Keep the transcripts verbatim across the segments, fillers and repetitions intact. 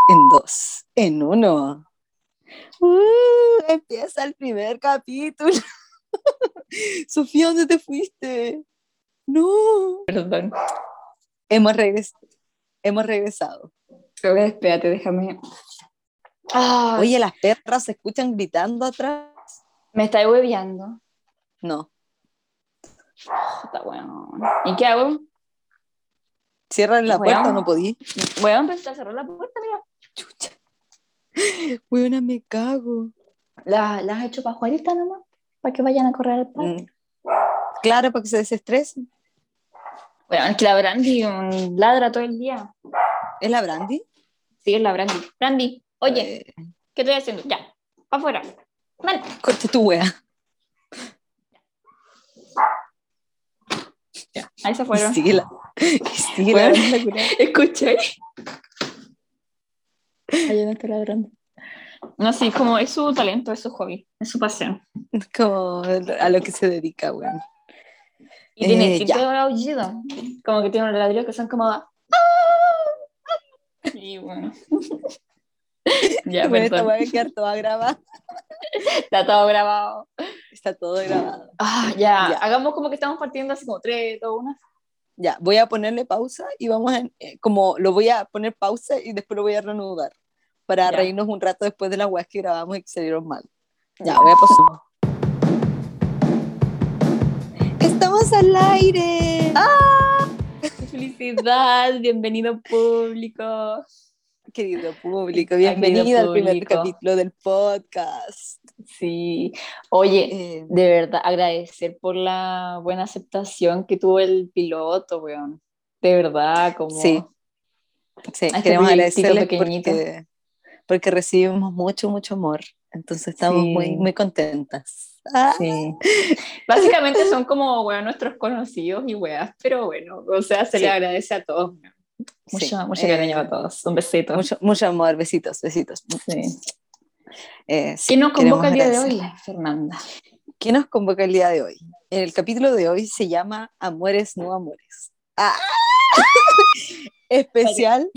En dos, en uno. Uh, empieza el primer capítulo. Sofía, ¿dónde te fuiste? No. Perdón. Hemos, regres hemos regresado. Creo que espérate, déjame. Ah, Oye, las perras se escuchan gritando atrás. me estáis hueveando. No. Oh, está bueno. ¿Y qué hago? Cierran la puerta, ¿no podí? Voy a empezar a cerrar la puerta, mira. Chucha. Buena, me cago. ¿Las la has hecho para Juanita nomás? ¿Para que vayan a correr al parque? Mm. Claro, para que se desestresen. Bueno, es que la Brandy um, ladra todo el día. ¿Es la Brandy? Sí, es la Brandy. Brandy, oye, Eh, ¿qué estoy haciendo? Ya, para afuera. Ven. corta tu wea. Ya, ahí se Y fueron. sigue la, y sigue Bueno, ladrando la curada. escuché. Ahí no está ladrando. No, sí, como es su talento, es su hobby, es su pasión. Es como a lo que se dedica, weón. Y tiene Eh, tinto ya. de aullido. Como que tiene unos ladrillos que son como... ¡ah! Y bueno. Ya, Bueno, esta perdón. weá va a quedar toda grabada. Está todo grabado. Está todo grabado. Ah, ya. Ya, Hagamos como que estamos partiendo así como tres, dos, uno. ya. Voy a ponerle pausa y vamos a, eh, como lo voy a poner pausa y después lo voy a reanudar para Ya. reírnos un rato después de las weas que grabamos y que salieron mal. Ya, Ya. voy a pausar. ¡Estamos al aire! ¡Ah! ¡Qué felicidad! Bienvenido público. Querido público, Ah, querido bienvenido al primer público. capítulo del podcast. Sí. Oye, Eh, de verdad, agradecer por la buena aceptación que tuvo el piloto, weón. De verdad, sí, como sí, a este queremos proyectito agradecerles pequeñito. porque, porque recibimos mucho, mucho amor. Entonces estamos muy, Sí, muy contentas. Ah, sí. Básicamente son como, weón, nuestros conocidos y weas, pero bueno, o sea, se le sí, agradece a todos, weón. sí. Mucho, mucho cariño a Eh, todos. Un besito. mucho, mucho amor, besitos, besitos. Sí. Eh, sí, ¿Quién nos queremos convoca el día de hoy, agradecerles. Fernanda? ¿Qué nos convoca el día de hoy? El capítulo de hoy se llama Amores no amores. Ah, especial,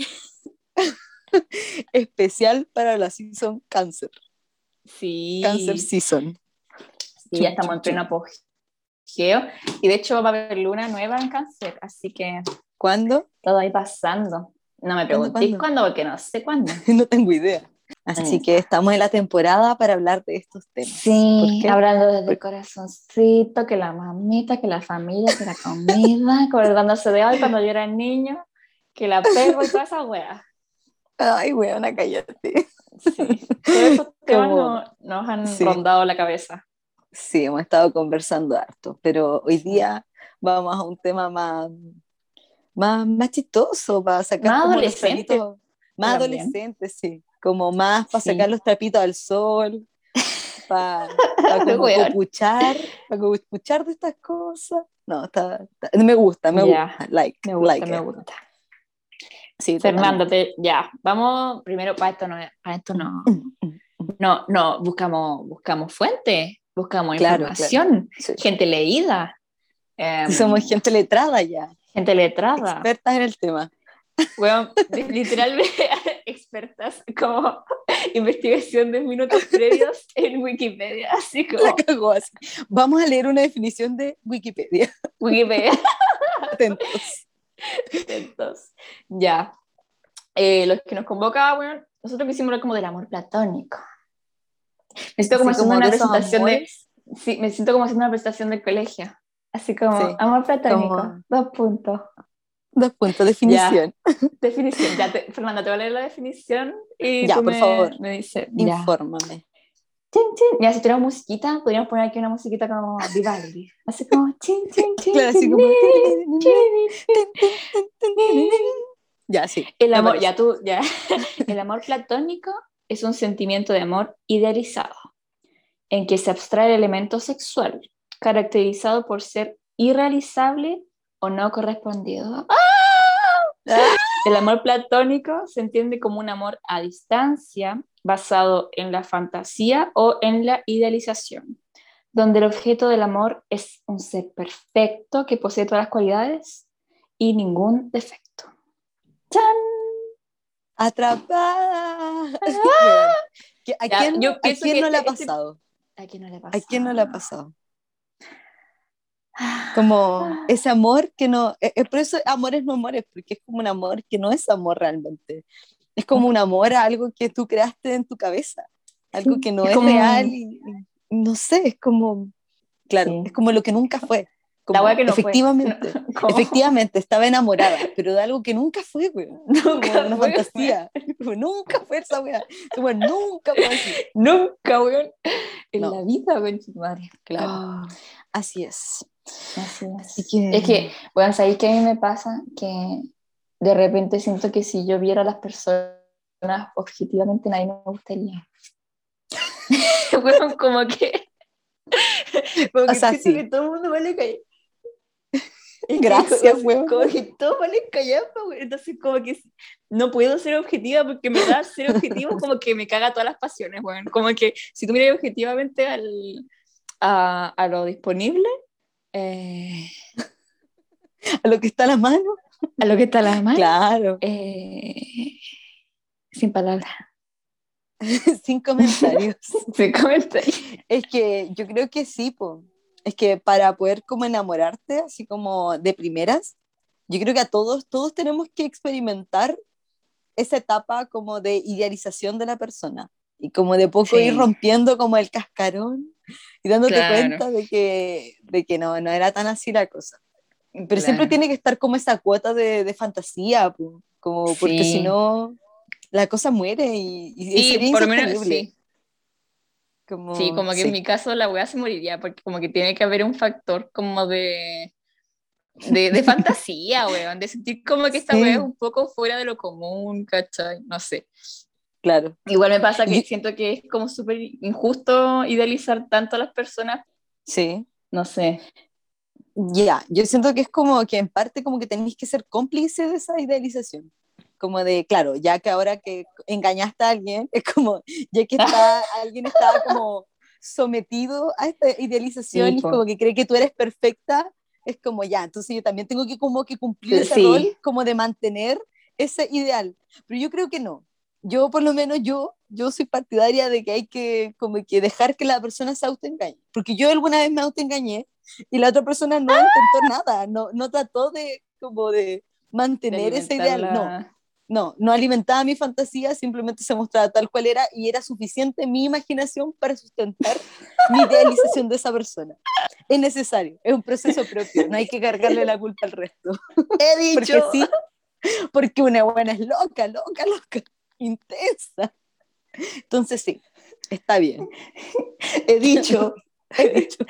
especial para la season Cáncer. Cáncer Sí, season. sí, ya Chum, estamos chum, en pleno chum. apogeo. Y de hecho va a haber luna nueva en Cáncer, así que ¿Cuándo? todo ahí pasando. No me ¿Cuándo? preguntéis ¿Cuándo? cuándo, porque no sé cuándo. No tengo idea. Mm. Así que estamos en la temporada para hablar de estos temas. ¿Por Sí, qué? hablando desde el Porque, corazoncito, que la mamita, que la familia, que la comida, acordándose de hoy cuando yo era niño, que la pego y toda esa wea. ay, weona, cállate. Sí, todos esos temas Como, no, nos han sí, rondado la cabeza. sí, hemos estado conversando harto, pero hoy Sí. día vamos a un tema más, más, más chistoso, para sacar Más como los adolescente trapitos, más también. adolescentes, sí, como más para sacar Sí, los trapitos al sol, para pa como weón. copuchar, para copuchar de estas cosas. No, está, está- me gusta, me gusta, Ya, like, me gusta, like me it. gusta. Sí, Fernanda, totalmente. te, ya, vamos primero para esto no, para esto Mm, no, mm, mm, mm. no, no, buscamos, buscamos fuentes, buscamos Claro, claro. información, Sí. gente leída, Si somos em, gente letrada ya, gente letrada, expertas en el tema. bueno, literalmente expertas como investigación de minutos previos en Wikipedia, así La como cagó así. Vamos a leer una definición de Wikipedia. Wikipedia, Atentos. atentos. Ya, eh, los que nos convoca, bueno, nosotros quisimos hablar como del amor platónico. Me siento como Así haciendo como una de esos presentación de, amores. sí, me siento como haciendo una presentación del colegio. Así como, Sí, amor platónico, como dos puntos. dos puntos, Ya, definición. definición. Ya, te, Fernanda, te voy a leer la definición y Ya, tú por favor, me, me dices, ya. infórmame. Chin, chin. Ya, si tuviéramos musiquita, podríamos poner aquí una musiquita como Vivaldi. Así como, chin, chin, chin, Claro, así chin, como. chin, chin, chin. Ya, sí, El me amor, parece. ya tú, ya. El amor platónico es un sentimiento de amor idealizado, en que se abstrae el elemento sexual, caracterizado por ser irrealizable o no correspondido. Ah, El amor platónico se entiende como un amor a distancia, basado en la fantasía o en la idealización, donde el objeto del amor es un ser perfecto que posee todas las cualidades y ningún defecto. ¡Chan! Atrapada. Weón, ¿que- ¿a Ya, quién, yo a pienso quién que no le ha este, este- pasado? ¿A quién no le ¿A pasa? quién no le ha pasado? Como ese amor que no, eh, eh, por eso amores no amores, porque es como un amor que no es amor realmente. Es como un amor a algo que tú creaste en tu cabeza, algo Sí, que no es es real como, y, y no sé, es como, claro, es sí, como lo que nunca fue. la weá Como, que no fue. No, efectivamente, como, efectivamente, estaba enamorada, pero de algo que nunca fue, güey. Como de nunca una fue, weón. fantasía. Como, nunca fue esa weá. Esa weá nunca fue así. Nunca, weón. En No, la vida, weón, su madre. claro. Oh, Así es. así Así es. Es que, que, bueno, ¿sabéis qué a mí me pasa? Que de repente siento que si yo viera a las personas objetivamente, nadie me gustaría. Weón, como que, como o que sea, siento que sí. todo el mundo vale callar. Es que Gracias, weón. como que todo vale callar, weón. Entonces, como que no puedo ser objetiva porque en verdad ser objetivo como que me caga todas las pasiones, weón. Como que si tú miras objetivamente al, a, a lo disponible, eh, A lo que está a la mano. a lo que está a la mano, Claro. eh, sin palabras, Sin comentarios. sin comentarios. Es que yo creo que sí, po. Es que para poder como enamorarte, así como de primeras, yo creo que a todos, todos tenemos que experimentar esa etapa como de idealización de la persona y como de poco ir Sí, rompiendo como el cascarón y dándote claro, cuenta de que, de que no, no era tan así la cosa. Pero siempre claro. tiene que estar como esa cuota de, de fantasía, po, como porque si Sí, no, la cosa muere y, y sí, sería por lo menos insostenible. sí. Sí, Como, como que en sí, mi caso la weá se moriría, porque como que tiene que haber un factor como de, de, de fantasía, weón, de sentir como que esta weá es sí, un poco fuera de lo común, ¿cachai? No sé. claro. Igual me pasa Y que yo- siento que es como súper injusto idealizar tanto a las personas, sí, no sé. ya, yo siento que es como que en parte como que tenéis que ser cómplice de esa idealización. Como de, claro, ya que ahora que engañaste a alguien, es como, ya que está, alguien está como sometido a esta Sí, idealización y es como po. que cree que tú eres perfecta, es como ya, entonces yo también tengo que como que cumplir ese rol Sí, como de mantener ese ideal. Pero yo creo que no. Yo por lo menos yo, yo soy partidaria de que hay que como que dejar que la persona se autoengañe. Porque yo alguna vez me autoengañé y la otra persona no intentó nada, no, no trató de como de de mantener ese ideal, no, alimentarla. no, no alimentaba mi fantasía, simplemente se mostraba tal cual era y era suficiente mi imaginación para sustentar mi idealización de esa persona. Es necesario, es un proceso propio, no hay que cargarle la culpa al resto, He porque dicho, sí, porque una buena es loca, loca, loca, intensa. Entonces sí, está bien, he dicho. he dicho.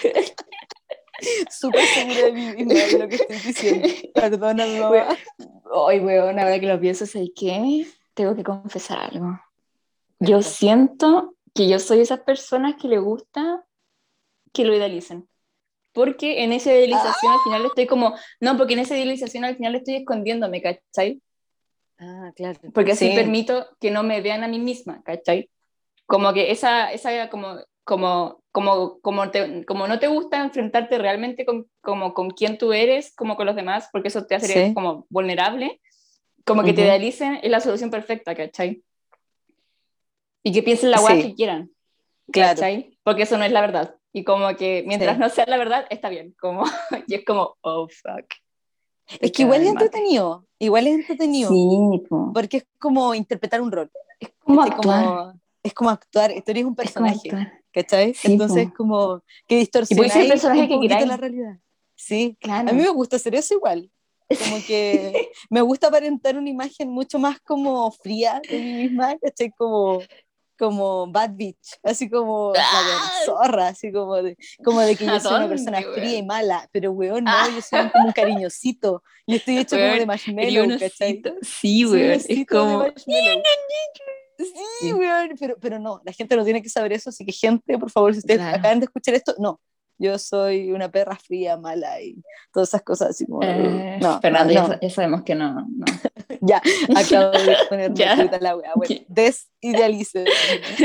Súper segura de mí misma de lo que estoy diciendo. Perdóname, mamá. Hoy, weón, ahora que lo pienso, ¿sabes qué? Tengo que confesar algo. Yo Cuenta. siento que yo soy esas personas que le gusta que lo idealicen. Porque en esa idealización al Ah, final estoy como, no, porque en esa idealización al final estoy escondiéndome, ¿cachai? ah, claro. Porque así Sí. permito que no me vean a mí misma, ¿cachai? Como que esa, esa como, como, como, como, te, como no te gusta enfrentarte realmente con, como, con quién tú eres, como con los demás, porque eso te hace Sí. como vulnerable, como que te Ujú. idealicen es la solución perfecta, ¿cachai? Y que piensen la weá Sí, que quieran, claro. ¿cachai? Porque eso no es la verdad. Y como que mientras Sí. no sea la verdad, está bien. Como, y es como, oh, fuck, Es estoy que cagada igual en es el mate. entretenido. Igual es entretenido. Sí, po. Porque es como interpretar un rol. Es como ¿Cachai? actuar, Como, es como actuar. Tú eres un es como personaje. actuar. ¿Cachai? Sí, Entonces, po. como que Y puede ser el distorsionáis un personaje que poquito queráis, la realidad. Sí. A mí claro. me gusta hacer eso igual. Como que Sí. me gusta aparentar una imagen mucho más como fría de mí misma, ¿cachai? Como, como bad bitch, así como la weón ¡Ah! zorra, así como de, como de que yo ¿A soy una persona dónde, fría y weón? mala, pero weón, no, ¡Ah! yo soy un, como un cariñosito y estoy hecho como de Weón, eres un marshmallow, ¿cachai? osito. Sí, Soy un weón. Es osito de como. marshmallow. Sí, Sí, weón, pero, pero no, la gente no tiene que saber eso, así que gente, por favor, si ustedes claro. acaban de escuchar esto, no, yo soy una perra fría, mala y todas esas cosas así como, uh, Eh, no, no, Fernando, ya, sa- no, ya sabemos que no, no. ya, acabo de ponerme Ya. tuita la wea, bueno, Ya. desidealícenme,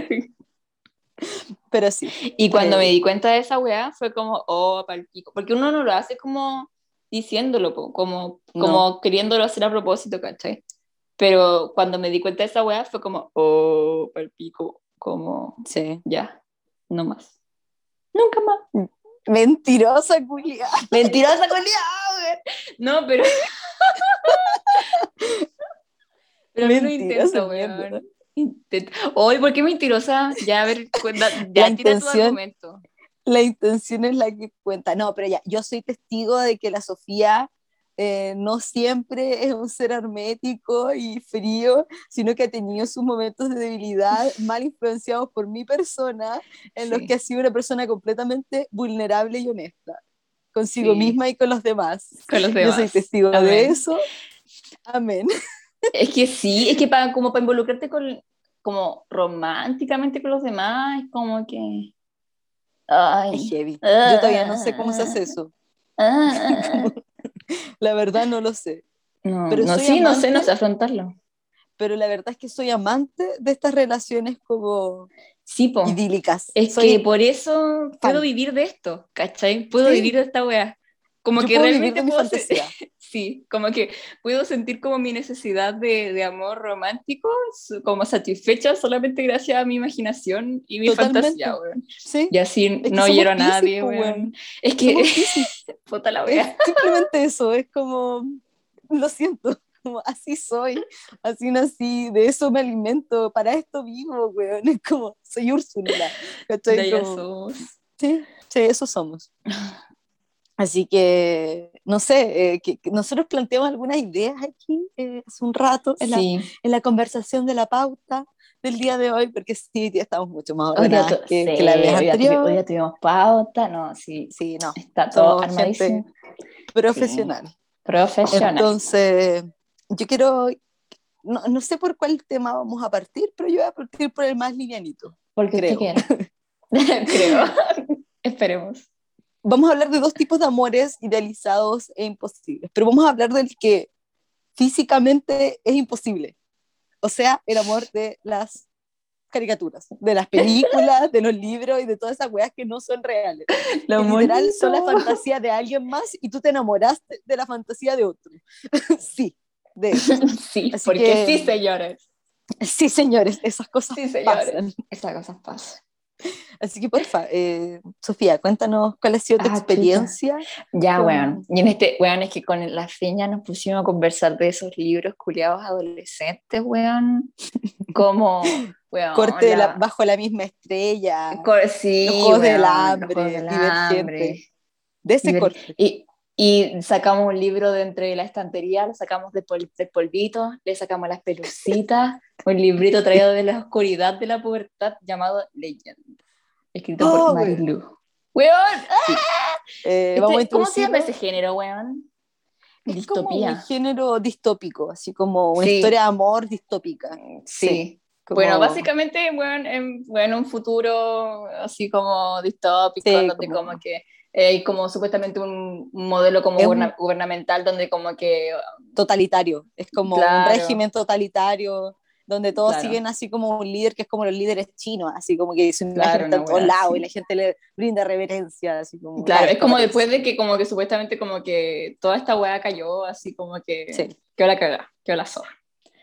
pero sí, Y cuando me eh, di cuenta de esa weá, fue como, oh, palpico. Porque uno no lo hace como diciéndolo, po, como, no, como queriéndolo hacer a propósito, ¿cachai? pero cuando me di cuenta de esa weá fue como, oh, palpico, como, Sí. ya, no más. Nunca más. Mentirosa, culia. Mentirosa, culiao, no, pero... Pero no lo Mentirosa, intenta, mierda. weón. Intenta. Oye, ¿por qué mentirosa? Ya, a ver, cuenta, La ya, tira tu intención, argumento. la intención es la que cuenta. No, pero ya, yo soy testigo de que la Sofía eh, no siempre es un ser hermético y frío, sino que ha tenido sus momentos de debilidad mal influenciados por mi persona, en los que Sí, ha sido una persona completamente vulnerable y honesta, consigo sí, misma y con los demás. con los Yo soy demás. testigo de Amén. eso. Amén. Es que sí, es que para, como para involucrarte con, como románticamente con los demás, es como que, Es ay, heavy. Yo todavía no sé cómo se ah, hace eso. ah. La verdad no lo sé. No, Pero no, soy sí, no sé, no amante, sé afrontarlo. pero la verdad es que soy amante de estas relaciones como Sí, po. idílicas. Es que Soy por eso puedo fan. vivir de esto, ¿cachai? Puedo vivir Sí, de esta wea. Como yo que puedo vivir de realmente mi puedo ser, fantasía. sí, como que puedo sentir como mi necesidad de, de amor romántico, su- como satisfecha solamente gracias a mi imaginación y mi fantasía, Totalmente. weón. Sí. Y así Es que no somos hiero a Piscis, nadie, pues, weón. weón. Es que, Somos Piscis. puta la Es wea. simplemente eso. Es como, lo siento, como así soy, así nací, de eso me alimento, para esto vivo, weón. Es como, soy Úrsula. De ¿Cachai? ahí Como, somos. sí, sí, eso somos. Así que, no sé, eh, que, que nosotros planteamos algunas ideas aquí eh, hace un rato en la, Sí. en la conversación de la pauta del día de hoy, porque sí, ya estamos mucho más Hoy día, ordenadas tu- sí, que, que la vez hoy día, tuvi- hoy anterior. día tuvimos pauta, no, sí, Sí, no, está todo somos gente armadísimo. Sí, profesional. profesional. Entonces, yo quiero, no, no sé por cuál tema vamos a partir, pero yo voy a partir por el más livianito, Porque usted creo. quiera. Creo. Esperemos. Vamos a hablar de dos tipos de amores idealizados e imposibles, pero vamos a hablar del que físicamente es imposible. O sea, el amor de las caricaturas, de las películas, de los libros y de todas esas weas que no son reales, Lo que literal son la bonito. fantasía de alguien más y tú te enamoraste de la fantasía de otro. Sí, de esos. Sí, Así porque que, sí, señores. sí, señores, esas cosas Sí, señores. pasan. Esas cosas pasan. Así que, porfa, eh, Sofía, cuéntanos cuál ha sido tu Ah, chuta. experiencia Ya, weón. con Y en este, weón, es que con la feña nos pusimos a conversar de esos libros culiados adolescentes, weón. Como, corte weón, de la, la... bajo la misma estrella, co- los Sí, Juegos del weón, los Juegos Hambre, del Divergente, Hambre. de Y, ese ver- corte. y, y sacamos un libro de entre la estantería, lo sacamos de pol- del polvito, le sacamos las pelucitas, un librito traído de la oscuridad de la pubertad llamado Legend, escrito por Oh, güey. Marilu. ¡Weón! Sí. Eh, vamos a Este, ¿cómo se llama ese introducirlo. género, weón? Es como un Distopía. género distópico, así como una historia Sí, de amor distópica. Sí, sí. Bueno, como, básicamente, bueno, en, bueno, un futuro así como distópico, en sí, donde como como, que eh, hay como supuestamente un, un modelo como es un guberna- gubernamental donde como que, totalitario, es como un claro, régimen totalitario donde todos claro, siguen así como un líder que es como los líderes chinos, así como que su imagen claro, está una en todos wea lados y la así. gente le brinda reverencia, así como, ya, Claro, es esto como después parece. de que como que supuestamente como que toda esta wea cayó, así como que Sí, quedó la cagada, quedó la zorra.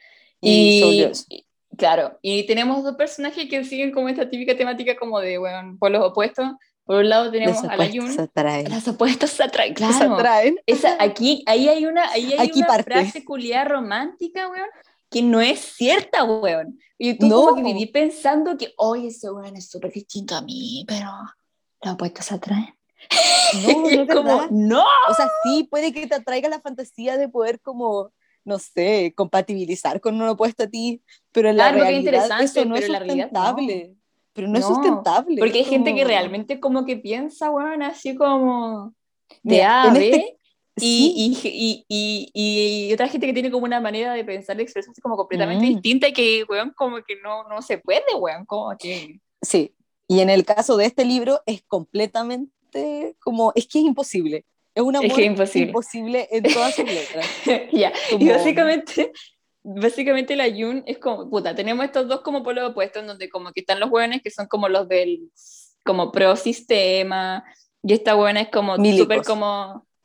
y se volvió Y, eso. y, claro, y tenemos dos personajes que siguen como esta típica temática como de, bueno, por los opuestos. Por un lado Los tenemos a la opuestos se Yun, atraen. las opuestas se atraen, Se claro. atraen. Esa, aquí, ahí hay una, ahí hay Aquí una parte. frase culiada romántica, weón, que no es cierta, weón. Y tú como que viví No, pensando que, oye, ese weón es súper distinto a mí, pero las opuestas se atraen. no, Y no es es como, verdad. no. O sea, sí, puede que te atraiga la fantasía de poder como, no sé, compatibilizar con un opuesto a ti, pero en la Claro, porque es realidad eso interesante, no es pero en la realidad no. sustentable. Pero no es No, sustentable, es porque hay gente que como, realmente como que piensa, weón, así como de mira, A a en este, B sí, y, y, y, y, y otra gente que tiene como una manera de pensar y expresarse como completamente mm, distinta y que, weón, como que no, no se puede, weón, como que... sí. Y en el caso de este libro es completamente como, es que es imposible. Es un Es que es amor imposible. imposible en todas sus letras. Ya, y Como, básicamente, básicamente la Yun es como, puta, tenemos estos dos como polos opuestos, en donde como que están los hueones que son como los del, como pro sistema, y esta hueona es como súper milicos. como,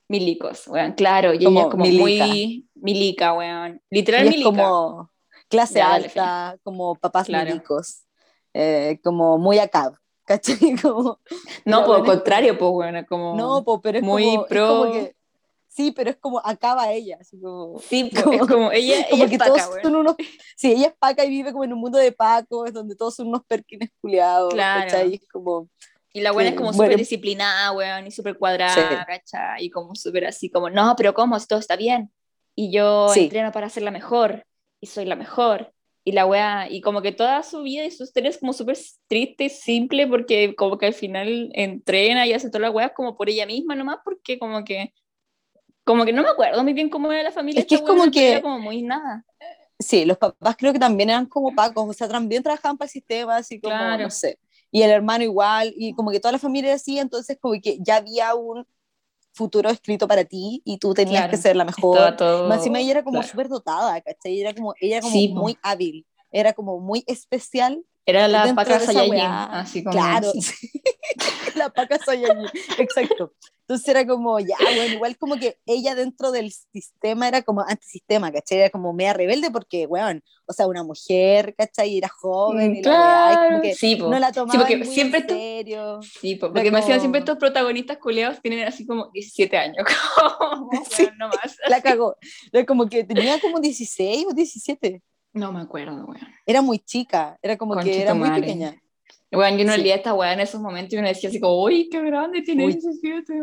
Milicos, weón, claro, y ella es como como milica. muy milica, weón, literal Y es milica. como clase Ya, dale, Feña. alta, como papás Claro. milicos, eh, como muy acá, ¿cachai? Como, y No, la por lo buena es como, contrario, pues, weón, es no, como po, pero es muy como, es como pro. que, sí, pero es como acaba ella, así como, Sí, po, es como, como ella, ella como es que paca, todos weón. son unos, sí, ella es paca y vive como en un mundo de pacos, donde todos son unos perkines culiados, ¿cachai? Y Claro. es como Y la buena es que como súper mueren, disciplinada, weón, y súper cuadrada, sí, ¿cachai? Y como súper así, como, no, pero ¿cómo? Si todo está bien. Y yo sí, entreno para ser la mejor, y soy la mejor. Y la wea, y como que toda su vida y su historia es como súper triste y simple, porque como que al final entrena y hace todas las weas como por ella misma nomás, porque como que, como que no me acuerdo muy bien cómo era la familia de es que esta es como weona, pero era que, como muy nada. sí, los papás creo que también eran como pacos, o sea, también trabajaban para el sistema, así como, no Claro, sé, y el hermano igual, y como que toda la familia era así, entonces como que ya había un futuro escrito para ti y tú tenías que claro. ser la Estaba mejor. Más encima ella todo, era como claro. súper dotada, ¿cachai? Era como, ella era como Sí, po. muy hábil, era como muy especial Era la dentro paca de esa Saiyajin, weá. así como, Claro, sí. sí, la paca soy allí, exacto. Entonces era como, ya, bueno, igual como que ella dentro del sistema era como antisistema, ¿cachai? Era como media rebelde porque, weón, o sea, una mujer, ¿cachai? Era joven Mm, y la weá, es como claro, que sí, no po. la Sí, tomaban porque muy en siempre esto, serio. sí, po, Era porque me decían siempre como, estos protagonistas culeados tienen así como diecisiete años, como, sí, weón, no más, la así. cagó. Era como que tenía como dieciséis o diecisiete. No me acuerdo, weón. Era muy chica, era como que Conche era tu muy madre. pequeña. Weón, yo no Sí. leía esta weá en esos momentos y uno decía así como, uy, qué grande tiene Uy, diecisiete.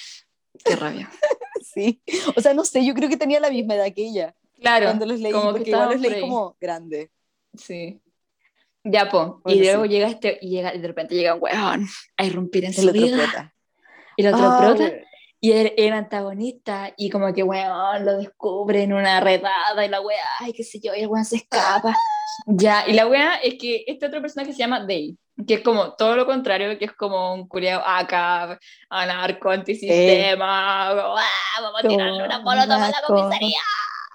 Qué rabia. sí. O sea, no sé, yo creo que tenía la misma edad que ella Claro, cuando los leí, como que porque igual los estábamos por leí ahí. como grande. Sí. Ya, po. Y Bueno, luego sí, llega este, y llega, y de repente llega un weón a irrumpir en el su otro vida. prota. El otro Ah, prota bueno. y el, el antagonista y como que weón lo descubre en una redada y la weá, ay qué sé yo, y el weón se escapa. Ya, y la weá es que este otro personaje se llama Day, que es como todo lo contrario, que es como un culiao acá, anarco, Sí, antisistema, ¡ah! Vamos a tirarle una como, molotov a ah, la como, comisaría.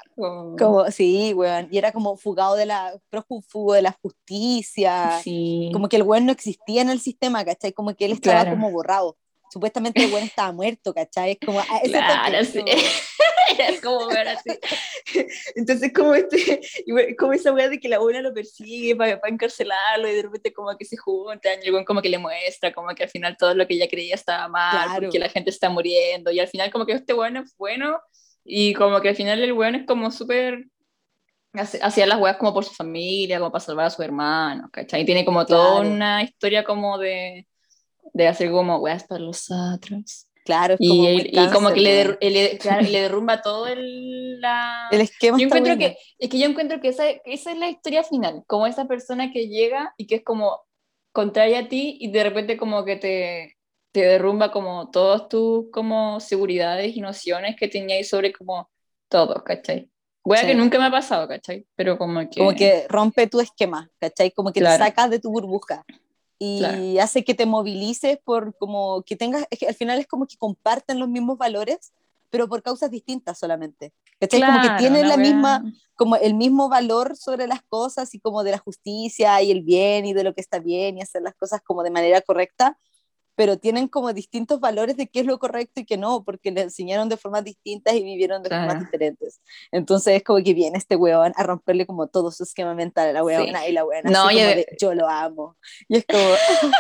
Como, como, sí, weón. Y era como fugado de la, prófugo de la justicia. Como sí, que el weón no existía en el sistema, ¿cachai? Como que él estaba claro, como borrado. Supuestamente el weón estaba muerto, ¿cachai? Es como a ese toque, claro, es sí. como, Era como ver así. Entonces, como este, como esa weá de que la abuela lo persigue para encarcelarlo y de repente como que se juntan y el weón como que le muestra como que al final todo lo que ella creía estaba mal porque claro, la gente está muriendo y al final como que este weón es bueno y como que al final el weón es como súper hace- hacía las weas como por su familia, como para salvar a su hermano, ¿cachai? Y tiene como toda claro, una historia como de, de hacer como weas para los otros. claro, es Y, como muy él- y como cáncer, que le, weón. der- le, claro, y le derrumba todo el, El la... esquema Yo está encuentro bueno. que, es que yo encuentro que esa, esa es la historia final, como esa persona que llega y que es como contraria a ti y de repente como que te, te derrumba como todas tus como seguridades y nociones que teníais sobre como todo, ¿cachai? Wea que Sí. nunca me ha pasado, ¿cachai? Pero como Como que, que rompe tu esquema, ¿cachai? Como que te claro, sacas de tu burbuja claro, y hace que te movilices por como que tengas, es que al final es como que comparten los mismos valores, pero por causas distintas solamente. ¿Cachai? Como que claro, tienen una la wea, misma, como el mismo valor sobre las cosas y como de la justicia y el bien y de lo que está bien y hacer las cosas como de manera correcta, pero tienen como distintos valores de qué es lo correcto y qué no, porque le enseñaron de formas distintas y vivieron de formas claro, diferentes. Entonces es como que viene este weón a romperle como todo su esquema mental a la sí. weona y la weona No, así como ya, de yo lo amo. Y es como,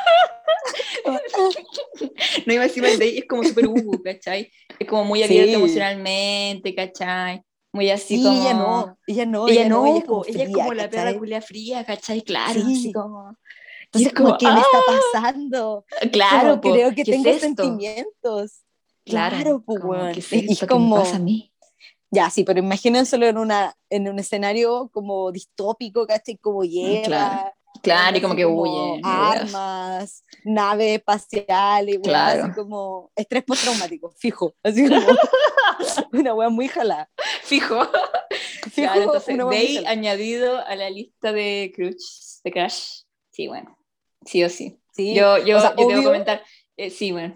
como, ah. no iba a decir el de es como súper Ubu, ¿cachai? Es como muy abierto Sí, emocionalmente, ¿cachai? Muy así sí, ella como... no, ella no, Ella ella no, ella no, es como po, ella es fría, como la perra ¿cachai? culia fría, ¿cachai? Claro, así Sí. como... Y es Entonces como, como, ¿qué me ¡ah! está pasando? Claro, Como, po, creo que ¿qué es tengo esto? sentimientos. Claro, Claro, pues, como, ¿qué weón. es Y, y es esto que me pasa a como, mí? ya, sí, pero imagínenselo en, una, en un escenario como distópico, ¿cachai? Como Mm, claro, guerra, claro, onda y como así que como huye, y weas. armas, naves espaciales, weá, así Claro, como estrés postraumático, fijo, así como una weá muy jalada, fijo. Claro, fijo, entonces, una weá muy Day jalada. añadido a la lista de Crush, de Crash. Sí, bueno, sí o sí. Sí, Yo, o sea, yo, yo debo obvio, comentar, eh, sí, bueno,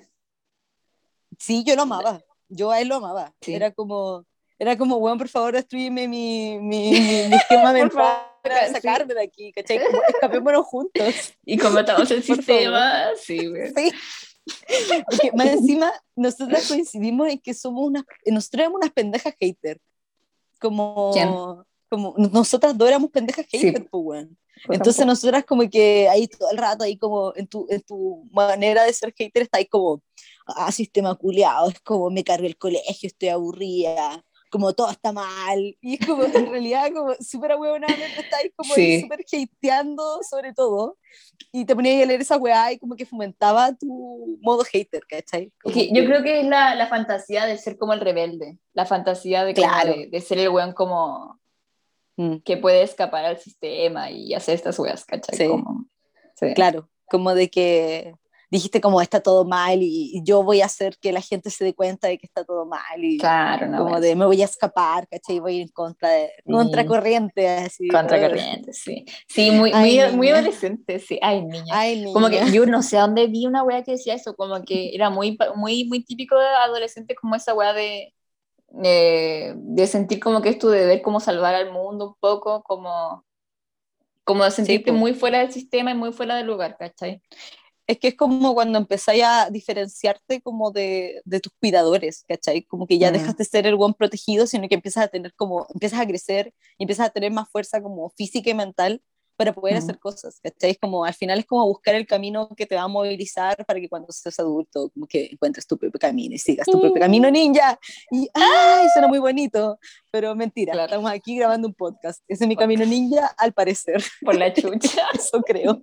sí, yo lo amaba, yo a él lo amaba, sí. era como, era como, weón, por favor, destruyeme mi, mi, mi, mi esquema Por mental favor, para sí. sacarme de aquí, ¿cachai? Como escapémonos juntos, Y combatamos el por favor. sistema, sí, güey. Sí. Porque más encima, nosotras coincidimos en que somos unas, nosotros éramos unas pendejas hater. ¿Quién? Como, como nosotras dos éramos pendejas hater, Sí, pues, weón. pues Entonces tampoco. nosotras como que ahí todo el rato, ahí como en tu, en tu manera de ser hater, está ahí como, ah, sistema culiado, es como me cargo el colegio, estoy aburrida, como todo está mal, y es como, en realidad, como súper ahueonadamente está ahí como ahí Sí. súper hateando sobre todo, y te ponías a leer esa weá y como que fomentaba tu modo hater, ¿cachai? Es Como que yo que, creo que es la, la fantasía de ser como el rebelde, la fantasía de como claro, de, de ser el weón como mm, que puede escapar al sistema y hacer estas weas, ¿cachai? sí. Como, sí. Claro, como de que dijiste como está todo mal y, y yo voy a hacer que la gente se dé cuenta de que está todo mal y Claro, una wea como de así. me voy a escapar, ¿cachai? Voy a ir en contra de, Sí, contracorriente, así. Ugh. contracorriente, sí. Sí, muy, Ay, muy, muy niña, adolescente, sí. Ay, niña. ay, Como que niña. yo no sé a dónde vi una wea que decía eso, como que era muy, pa- muy, muy típico de adolescentes, como esa wea de, eh, de sentir como que es tu deber, como salvar al mundo un poco, como, como de Sí, sentirte pues. muy fuera del sistema y muy fuera del lugar, ¿cachai? Es que es como cuando empezáis a diferenciarte como de, de tus cuidadores, ¿cachai? Como que ya dejas Mm. de ser el buen protegido, sino que empiezas a tener como, empiezas a crecer y empiezas a tener más fuerza como física y mental para poder Mm. hacer cosas, ¿cachai? Es como, al final es como buscar el camino que te va a movilizar para que cuando seas adulto, como que encuentres tu propio camino y sigas tu propio camino ninja. Y, ¡ay! Suena muy bonito, pero mentira, Claro, estamos aquí grabando un podcast. Ese es mi camino podcast, ninja, al parecer. por la chucha. Eso creo.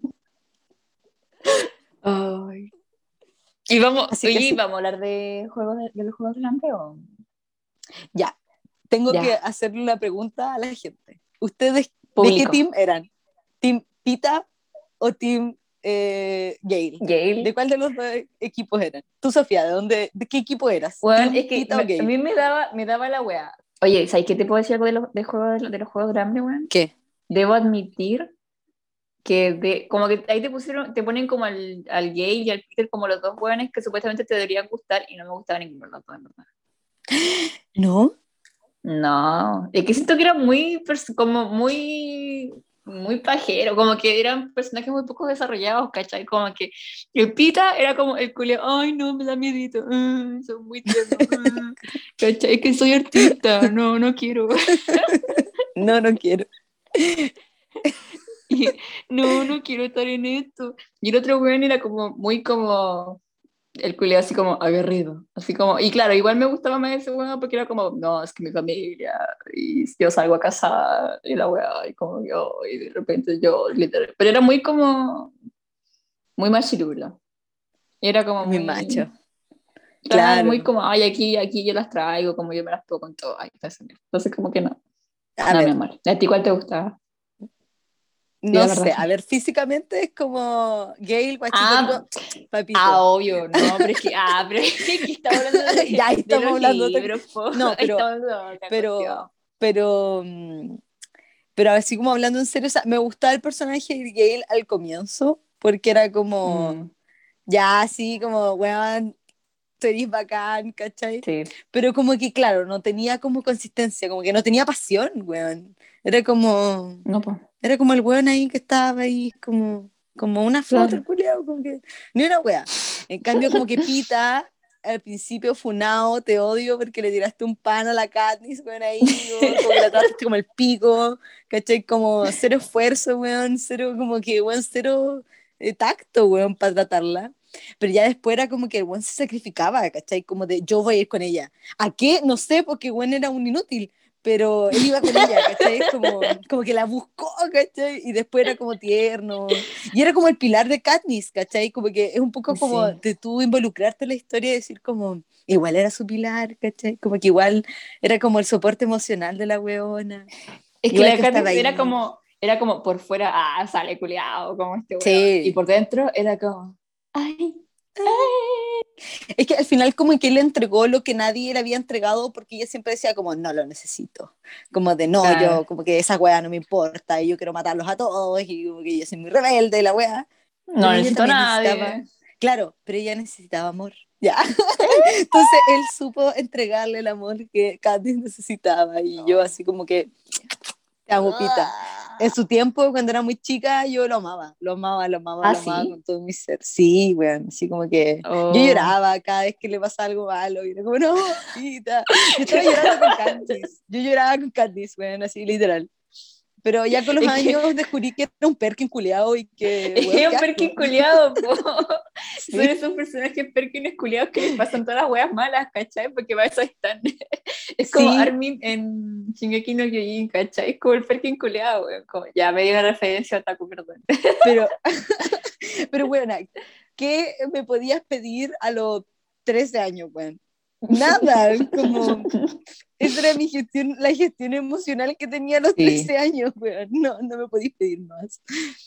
Ay. Y vamos, Así que oye, sí, ¿vamos a hablar de juegos de, de los juegos del hambre o...? ya. Tengo que Ya, hacerle una pregunta a la gente. ¿Ustedes de qué público. team eran? ¿Team Pita o Team eh, Gale? Gale. ¿De cuál de los dos equipos eran? Tú, Sofía, ¿de dónde, de qué equipo eras? Bueno, ¿Team es que Pita o me- a Gale? mí me daba, me daba la wea. Oye, ¿sabes qué te puedo decir algo de los, de juegos, de, los juegos del hambre, weón? ¿Qué? Debo admitir que de, como que ahí te pusieron, te ponen como al, al Gale y al Peter como los dos weones que supuestamente te deberían gustar y no me gustaba ninguno de los dos, en verdad. ¿No? No, es que siento que era muy, pers- como muy, muy pajero, como que eran personajes muy poco desarrollados, ¿cachai? Como que el Pita era como el culio, ay no, me da miedito, mm, son muy tiernos, mm, ¿cachai? Es que soy artista, no, no quiero. No, no quiero. Y, no, no quiero estar en esto. Y el otro weón era como muy como el culé así como aguerrido, así como, y claro, igual me gustaba más ese weón porque era como, no, es que mi familia, y yo salgo a casar, y la weá, y como yo, y de repente yo, literal, pero era muy como, muy machirulo, y era como Mi macho. muy, claro, muy Claro. como, ay, aquí, aquí yo las traigo, como yo me las puedo con todo, ay, entonces, entonces como que no, A no, mi ver, amor, ¿a ti cuál te gustaba? Diga no la verdad, sé. A Flor. ver, físicamente es como Gale, guachito rico, Ah, ah, papito. obvio, no, pero es que, ah, pero es que estamos hablando de, Ya ahí de estamos los hablando de otra libros, po, No, pero, estamos hablando de otra cuestión. pero, pero, mm, pero así como hablando en serio, o sea, me gustaba el personaje de Gale al comienzo, porque era como, Mm, ya así como, weón, tú eres bacán, ¿cachai? sí, Pero como que, claro, no tenía como consistencia, como que no tenía pasión, weón. Era como, no, pues, era como el weón ahí que estaba ahí, como, como una foto, el claro. culiao, como que, ni una wea. En cambio, como que Pita, al principio funao, te odio porque le tiraste un pan a la Katniss, weón, ahí, weón, como que la trataste como el pico, ¿cachai? Como cero esfuerzo, weón, cero, como que, weón, cero eh, tacto, weón, para tratarla. Pero ya después era como que el weón se sacrificaba, ¿cachai? Como de yo voy a ir con ella. ¿A qué? No sé, porque weón era un inútil, pero él iba con ella, ¿cachai? Es como, como que la buscó, ¿cachai? Y después era como tierno. Y era como el pilar de Katniss, ¿cachai? Como que es un poco como Sí. de tú involucrarte en la historia y decir como, igual era su pilar, ¿cachai? Como que igual era como el soporte emocional de la weona. Es que Igual la que estaba Katniss era ahí. como, era como por fuera, ah, sale culiao, como este weón. Y Sí. por dentro era como, ay, ay. Es que al final como que él le entregó lo que nadie le había entregado porque ella siempre decía como, no lo necesito. Como de, no, Claro. yo como que esa weá no me importa y yo quiero matarlos a todos y como que yo soy muy rebelde y la weá. No Pero ella necesito a también necesitaba, nadie. claro, pero ella necesitaba amor. Ya. Entonces él supo entregarle el amor que Katniss necesitaba y yo así como que, te amo, Pita. En su tiempo, cuando era muy chica, yo lo amaba, lo amaba, lo amaba, Ah, lo amaba sí. con todo mi ser. Sí, weón, así como que yo Oh. lloraba cada vez que le pasaba algo malo, y era como, no, mamita. Yo estaba llorando con Candice, yo lloraba con Candice, weón, así literal. Pero ya con los Es que años descubrí que era un Perkin culiado y que, weón, es qué un Perkin asco. culiado, po. Son Sí, esos personajes Perkins culiados que les pasan todas las weas malas, ¿cachai? Porque para eso están. Es como sí, Armin en Shingeki no Kyojin, ¿cachai? Es como el Perkin culiado, weón. Como, ya me dio una referencia a Otaku, perdón. pero, pero bueno, ¿qué me podías pedir a los trece años, weón? Nada, como esa era mi gestión, la gestión emocional que tenía a los Sí. trece años, weón. No, no me podéis pedir más.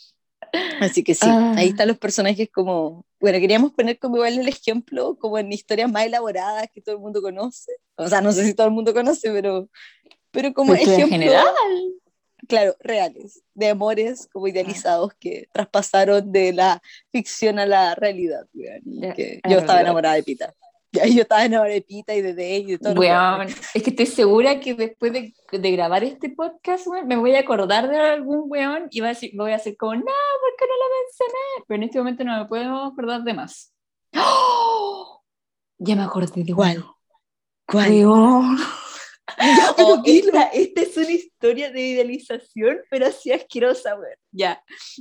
Así que sí, ahí Ah, están los personajes como, bueno, queríamos poner como igual el ejemplo, como en historias más elaboradas que todo el mundo conoce. O sea, no sé si todo el mundo conoce, pero, pero como cultura general. ejemplo, claro, reales, de amores como idealizados que traspasaron de la ficción a la realidad, weón. Y Ya, que a la yo estaba realidad. enamorada de Pita. Ya, yo estaba enamorada de Pita y de Day y de todos los weones. Weón, es que estoy segura que después de, de grabar este podcast, weón, me voy a acordar de algún weón y va a decir, voy a decir como, no, ¿por qué no lo mencioné? Pero en este momento no me puedo acordar de más. ¡Oh! Ya me acordé de ¿Cuál? uno. ¿Cuál? Weón. Ya, pero Oh, esta, dilo. esta es una historia de idealización, pero así asquerosa, weón. Ya.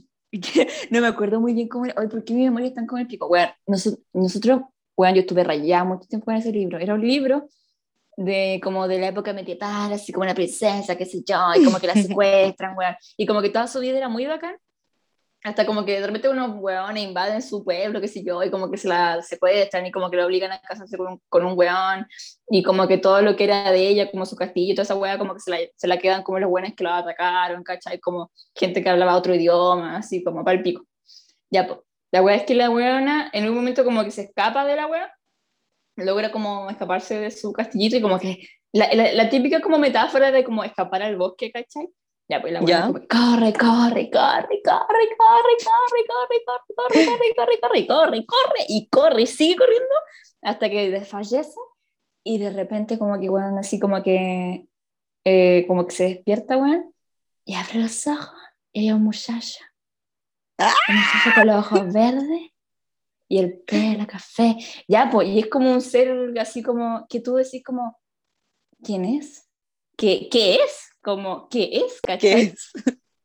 No me acuerdo muy bien cómo era. Ay, ¿por qué mi memoria es tan como el pico? Weón, nosotros, nosotros, weón, yo estuve rayada mucho tiempo en ese libro. Era un libro de como de la época medieval, así como una princesa, qué sé yo, y como que la secuestran, weón. Y como que toda su vida era muy bacán, hasta como que de repente unos weones invaden su pueblo, qué sé yo, y como que se la secuestran y como que la obligan a casarse con un, con un weón, y como que todo lo que era de ella, como su castillo y toda esa weá, como que se la, se la quedan como los weones que la atacaron, ¿cachai? Como gente que hablaba otro idioma, así como pa'l pico. Ya, pues. La weá es que la weona en un momento como que se escapa de la weá, logra como escaparse de su castillito y como que la, la, la típica como metáfora de como escapar al bosque, ¿cachai? Ya, pues la buena ¿Ya? como corre, corre, corre, corre, corre, corre, corre, corre, corre, corre, corre, corre, corre, corre, y corre, y sigue corriendo hasta que desfallece y de repente como que, bueno, así como que, eh, como que se despierta, weón, y abre los ojos y hay un muchacho, ¡Ah! un muchacho con los ojos verdes y el pelo café, ya, pues, y es como un ser así como, que tú decís como, ¿quién es? ¿Qué, qué es? Como, ¿qué es? ¿Qué ¿Cachai? es?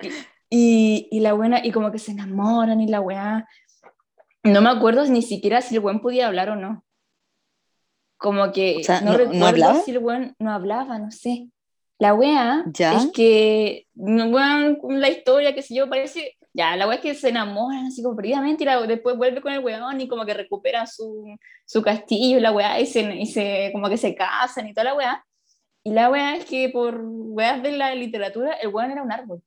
Y, y la buena, y como que se enamoran y la weá, no me acuerdo ni siquiera si el buen podía hablar o no. Como O que sea, no ¿no, no recuerdo hablaba? si el buen no hablaba, no sé. La wea ¿Ya? es que, no, weón, la historia, que sé yo, parece, ya, la wea es que se enamoran así como perdidamente y la- después vuelve con el weón y como que recuperan su, su castillo y la wea y se, y se, como que se casan y toda la wea. Y la wea es que por weas de la literatura, el weón era un árbol.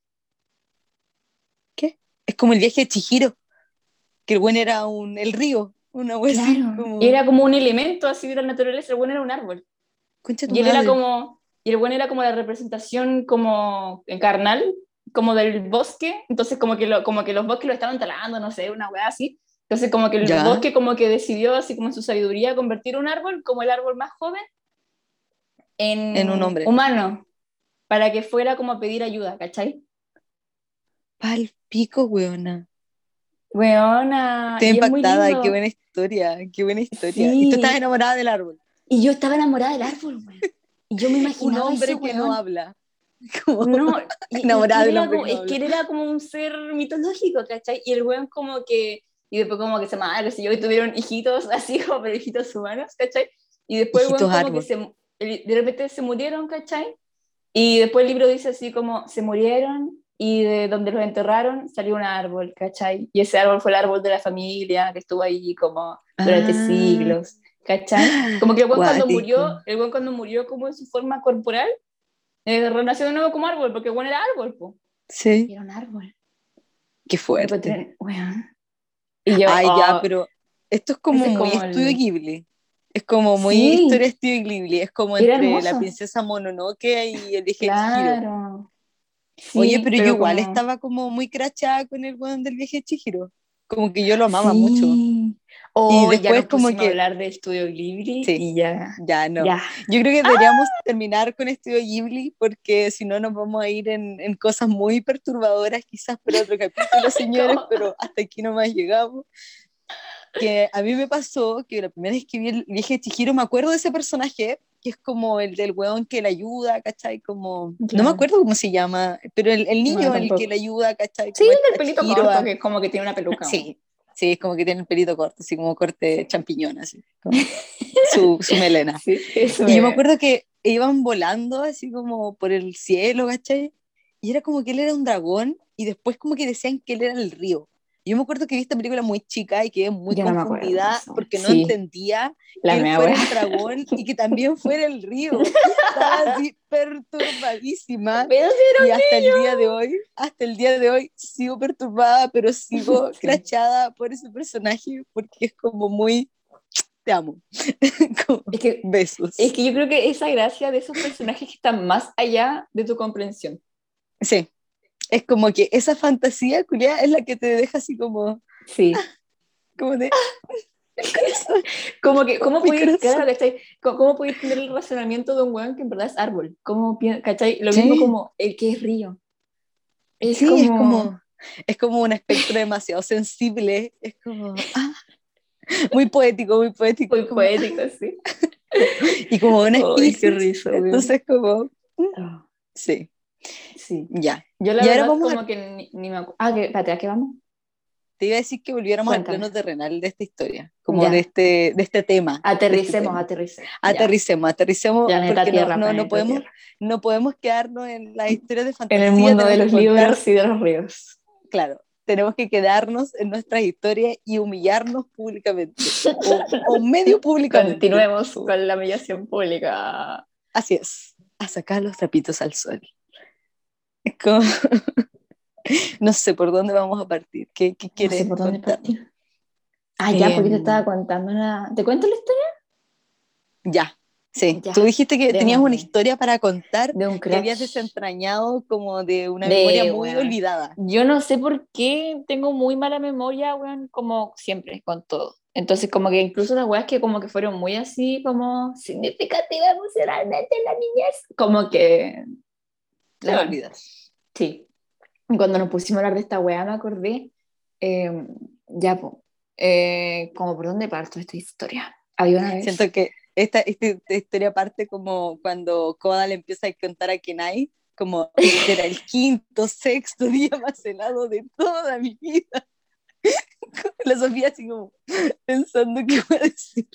¿Qué? Es como el viaje de Chihiro, que el buen era un, el río, una wea así, Claro, como, era como un elemento así de la naturaleza, el weón era un árbol. concha tu Y él era madre. como, y el bueno era como la representación como carnal, como del bosque, entonces como que, lo, como que los bosques lo estaban talando, no sé, una weá así. Entonces como que el ¿Ya? bosque como que decidió, así como en su sabiduría, convertir un árbol como el árbol más joven En un en hombre. humano, para que fuera como a pedir ayuda, ¿cachai? Pal pico, weona. Weona, Estoy y es muy impactada, qué buena lindo. historia, qué buena historia. Y tú estás Sí, enamorada del árbol. y yo estaba enamorada del árbol, weón. Y yo me Un imaginaba ese hombre que no weón. habla. Como No, y, y, y enamorada él del era hombre como, que no es que habla. él era como un ser mitológico, ¿cachai? Y el weón como que, y después como que se mataron, qué sé yo, y tuvieron hijitos así como, pero hijitos humanos, ¿cachai? Y después el weón Hijitos como que árbol. se, de repente se murieron, ¿cachai? Y después el libro dice así como, se murieron y de donde los enterraron salió un árbol, ¿cachai? Y ese árbol fue el árbol de la familia que estuvo ahí como durante Ah, siglos, ¿cachai? Como que el weón cuando cuático. murió, el weón cuando murió como en su forma corporal, eh, renació de nuevo como árbol, porque bueno era árbol, po. Y Sí, era un árbol. qué Y lo fuerte. encontré, weón. Y yo, Ay, ya, oh, pero esto es como ese es muy como estudio el... Ghibli. Es como muy historia Sí, estudio Ghibli. Es como era entre la hermoso. princesa Mononoke y el viaje de Chihiro. Claro. Oye, Sí, pero yo pero igual como... estaba como muy crachada con el weón del viaje de Chihiro. como que yo lo amaba mucho. Sí. Y Oh, ya después nos como pusimos a que, hablar de Estudio Ghibli sí, y ya, ya no. ya. Yo creo que ¡Ah! deberíamos terminar con Estudio Ghibli porque si no nos vamos a ir en, en cosas muy perturbadoras, quizás para otro capítulo, señores, ¿Cómo? pero hasta aquí nomás llegamos. Que a mí me pasó que la primera vez que vi el viaje de Chihiro me acuerdo de ese personaje, que es como el del weón que le ayuda, ¿cachai? Como, no me Claro, acuerdo cómo se llama, pero el, el no, yo niño el que le tampoco. ayuda, ¿cachai? Sí, Como a, el del a pelito Chihiro corto, a... que es como que tiene una peluca. ¿No? Sí, sí, es como que tiene el pelito corto, así como corte Sí. champiñón, así, como su, su melena. Sí, eso Y yo me me... acuerdo que iban volando así como por el cielo, ¿cachai? Y era como que él era un dragón y después como que decían que él era el río. Yo me acuerdo que vi esta película muy chica y quedé muy Yo no me acuerdo de confundida eso. porque no Sí, entendía la que él mea fuera wea. el dragón y que también fuera el río. Estaba así perturbadísima Pero si era y un hasta el niño. día de hoy, hasta el día de hoy sigo perturbada, pero sigo Sí. crachada por ese personaje porque es como muy, te amo. Como, Es que, es besos. que yo creo que esa gracia de esos personajes que están más allá de tu comprensión. Sí, es como que esa fantasía culiada es la que te deja así como, Sí. como de mi corazón, Como que, ¿cómo mi podéis, claro, corazón. ¿cachai? ¿Cómo, cómo podéis tener el razonamiento de un weón que en verdad es árbol? ¿Cómo, pi- ¿cachai? Lo mismo Sí, como el que es río. Es sí, es como como, es como un espectro demasiado sensible, es como, ah, muy poético, muy poético, muy como, poético, sí. ah, y como una Ay, qué Piscis, risa, weón. entonces como, mm, Ah, sí, sí. ya. Yo la Y ahora verdad vamos a, como que ni, ni me acuerdo. Ah, que, espérate, ¿a qué vamos? te iba a decir que volviéramos al Cuéntame. plano terrenal de esta historia, como de Ya. este, de este tema, de este Aterricemos, tema. aterricemos. Ya. Aterricemos, aterricemos, Planeta porque no, Tierra, no, no planeta podemos, Tierra. no podemos quedarnos en las historias de En el fantasía, mundo de tenemos que los contar, libros y de los ríos. claro, tenemos que quedarnos en nuestras historias y humillarnos públicamente, o, o medio públicamente. Continuemos con la humillación pública. Así es, a sacar los trapitos al sol. Es como, no sé por dónde vamos a partir, ¿qué, qué No sé quieres por dónde contarnos? partir. Ah, ya, Eh, porque te estaba contando una... ¿Te cuento la historia? ya, sí, Ya, tú dijiste que tenías una démosle. historia para contar De un que habías crush. desentrañado como de una memoria De, muy weón. olvidada. Yo no sé por qué tengo muy mala memoria, weón, como siempre, con todo. Entonces, como que incluso las weas que como que fueron muy así, como significativa emocionalmente en la niñez, como que, Se weón, olvidas. sí. Cuando nos pusimos a hablar de esta wea me acordé, eh, ya, pues, eh, como por dónde parto esta historia. Había una Siento vez, que esta, esta, esta historia parte como cuando Koda le empieza a contar a Kenai, como este era el quinto, sexto día más helado de toda mi vida. La Sofía así como pensando qué va a decir.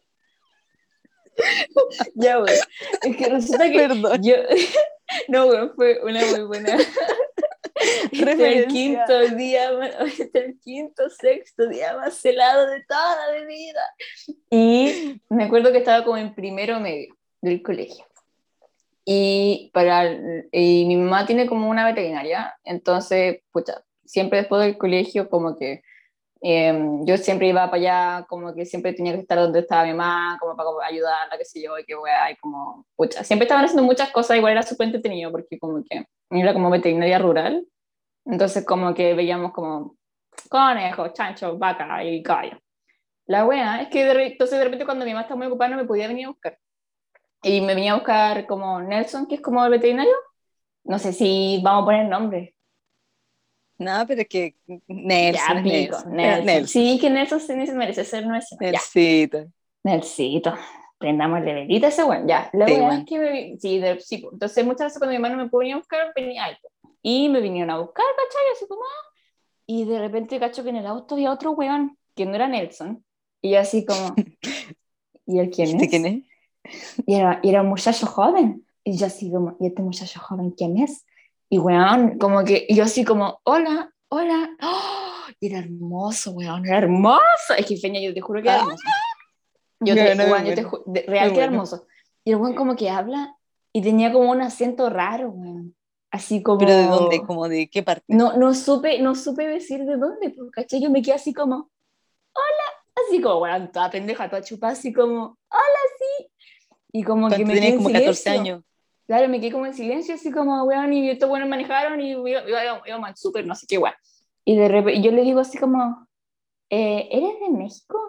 ya, weón, es que resulta que Perdón, yo, no, weón, fue una muy buena. Este es el referencia. quinto día, más- este es el quinto, sexto día más helado de toda mi vida. Y me acuerdo que estaba como en primero medio del colegio. Y, para, y mi mamá tiene como una veterinaria, entonces, pucha, siempre después del colegio como que eh, yo siempre iba para allá, como que siempre tenía que estar donde estaba mi mamá, como para como ayudarla, qué sé yo, y qué weá, y como, pucha, siempre estaban haciendo muchas cosas, igual era súper entretenido, porque como que era como veterinaria rural, entonces como que veíamos como conejos, chanchos, vaca y caballo. La wea es que de, re- entonces de repente cuando mi mamá estaba muy ocupada no me podía venir a buscar. Y me venía a buscar como Nelson, que es como el veterinario. No sé si vamos a poner nombre. No, pero es que Nelson Ya, es pico, Nelson. Eh, Nelson. Nelson. Sí, que Nelson se merece ser nuestro. Ya, Nelsito. Nelsito. Prendámosle velita a ese weón. Ya, la Sí, wea es bueno. que me... vi- Sí, de, sí, pues. Entonces muchas veces cuando mi mamá no me podía buscar, venía alto. Y me vinieron a buscar, ¿cachai? Así como... Y de repente cacho que en el auto había otro weón, que no era Nelson. Y yo así como, ¿y él quién ¿Este quién es? es? Y era, y era un muchacho joven. Y yo así como, ¿y este muchacho joven quién es? Y weón, como que, y yo así como, hola, hola. ¡Oh! Y era hermoso, weón, era hermoso. Es que Feña, yo te juro que era Ah, hermoso. Yo te, no, no me weón, yo te muero. ju- de- Me real que era muero. hermoso. Y el weón como que habla y tenía como un acento raro, weón. Así ¿Pero de dónde? como, ¿Como de qué parte? no, no supe, no supe decir de dónde, pues, ¿cachai? Yo me quedé así como, así como, weón, toda pendeja, toda chupada, así como, hola, sí. Y como que ¿Cuánto me quedé tenías? en Como catorce silencio. años. Claro, me quedé como en silencio, así como, weón, y estos buenos manejaron y iba, iba, iba, iba súper, no sé qué, weón. Y de repente, yo le digo así como, eh, ¿eres de México?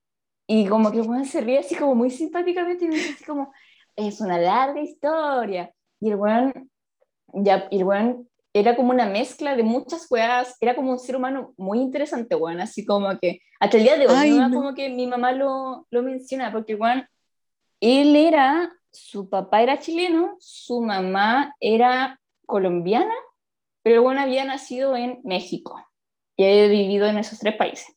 Y como que el weón se ríe así como muy simpáticamente y me dice así como, es una larga historia. Y el weón, ya, y el weón era como una mezcla de muchas weas, era como un ser humano muy interesante, weón, así como que, hasta el día de hoy, mi Ay, mamá no. como que mi mamá lo, lo menciona, porque el weón, él era, su papá era chileno, su mamá era colombiana, pero el weón había nacido en México y había vivido en esos tres países.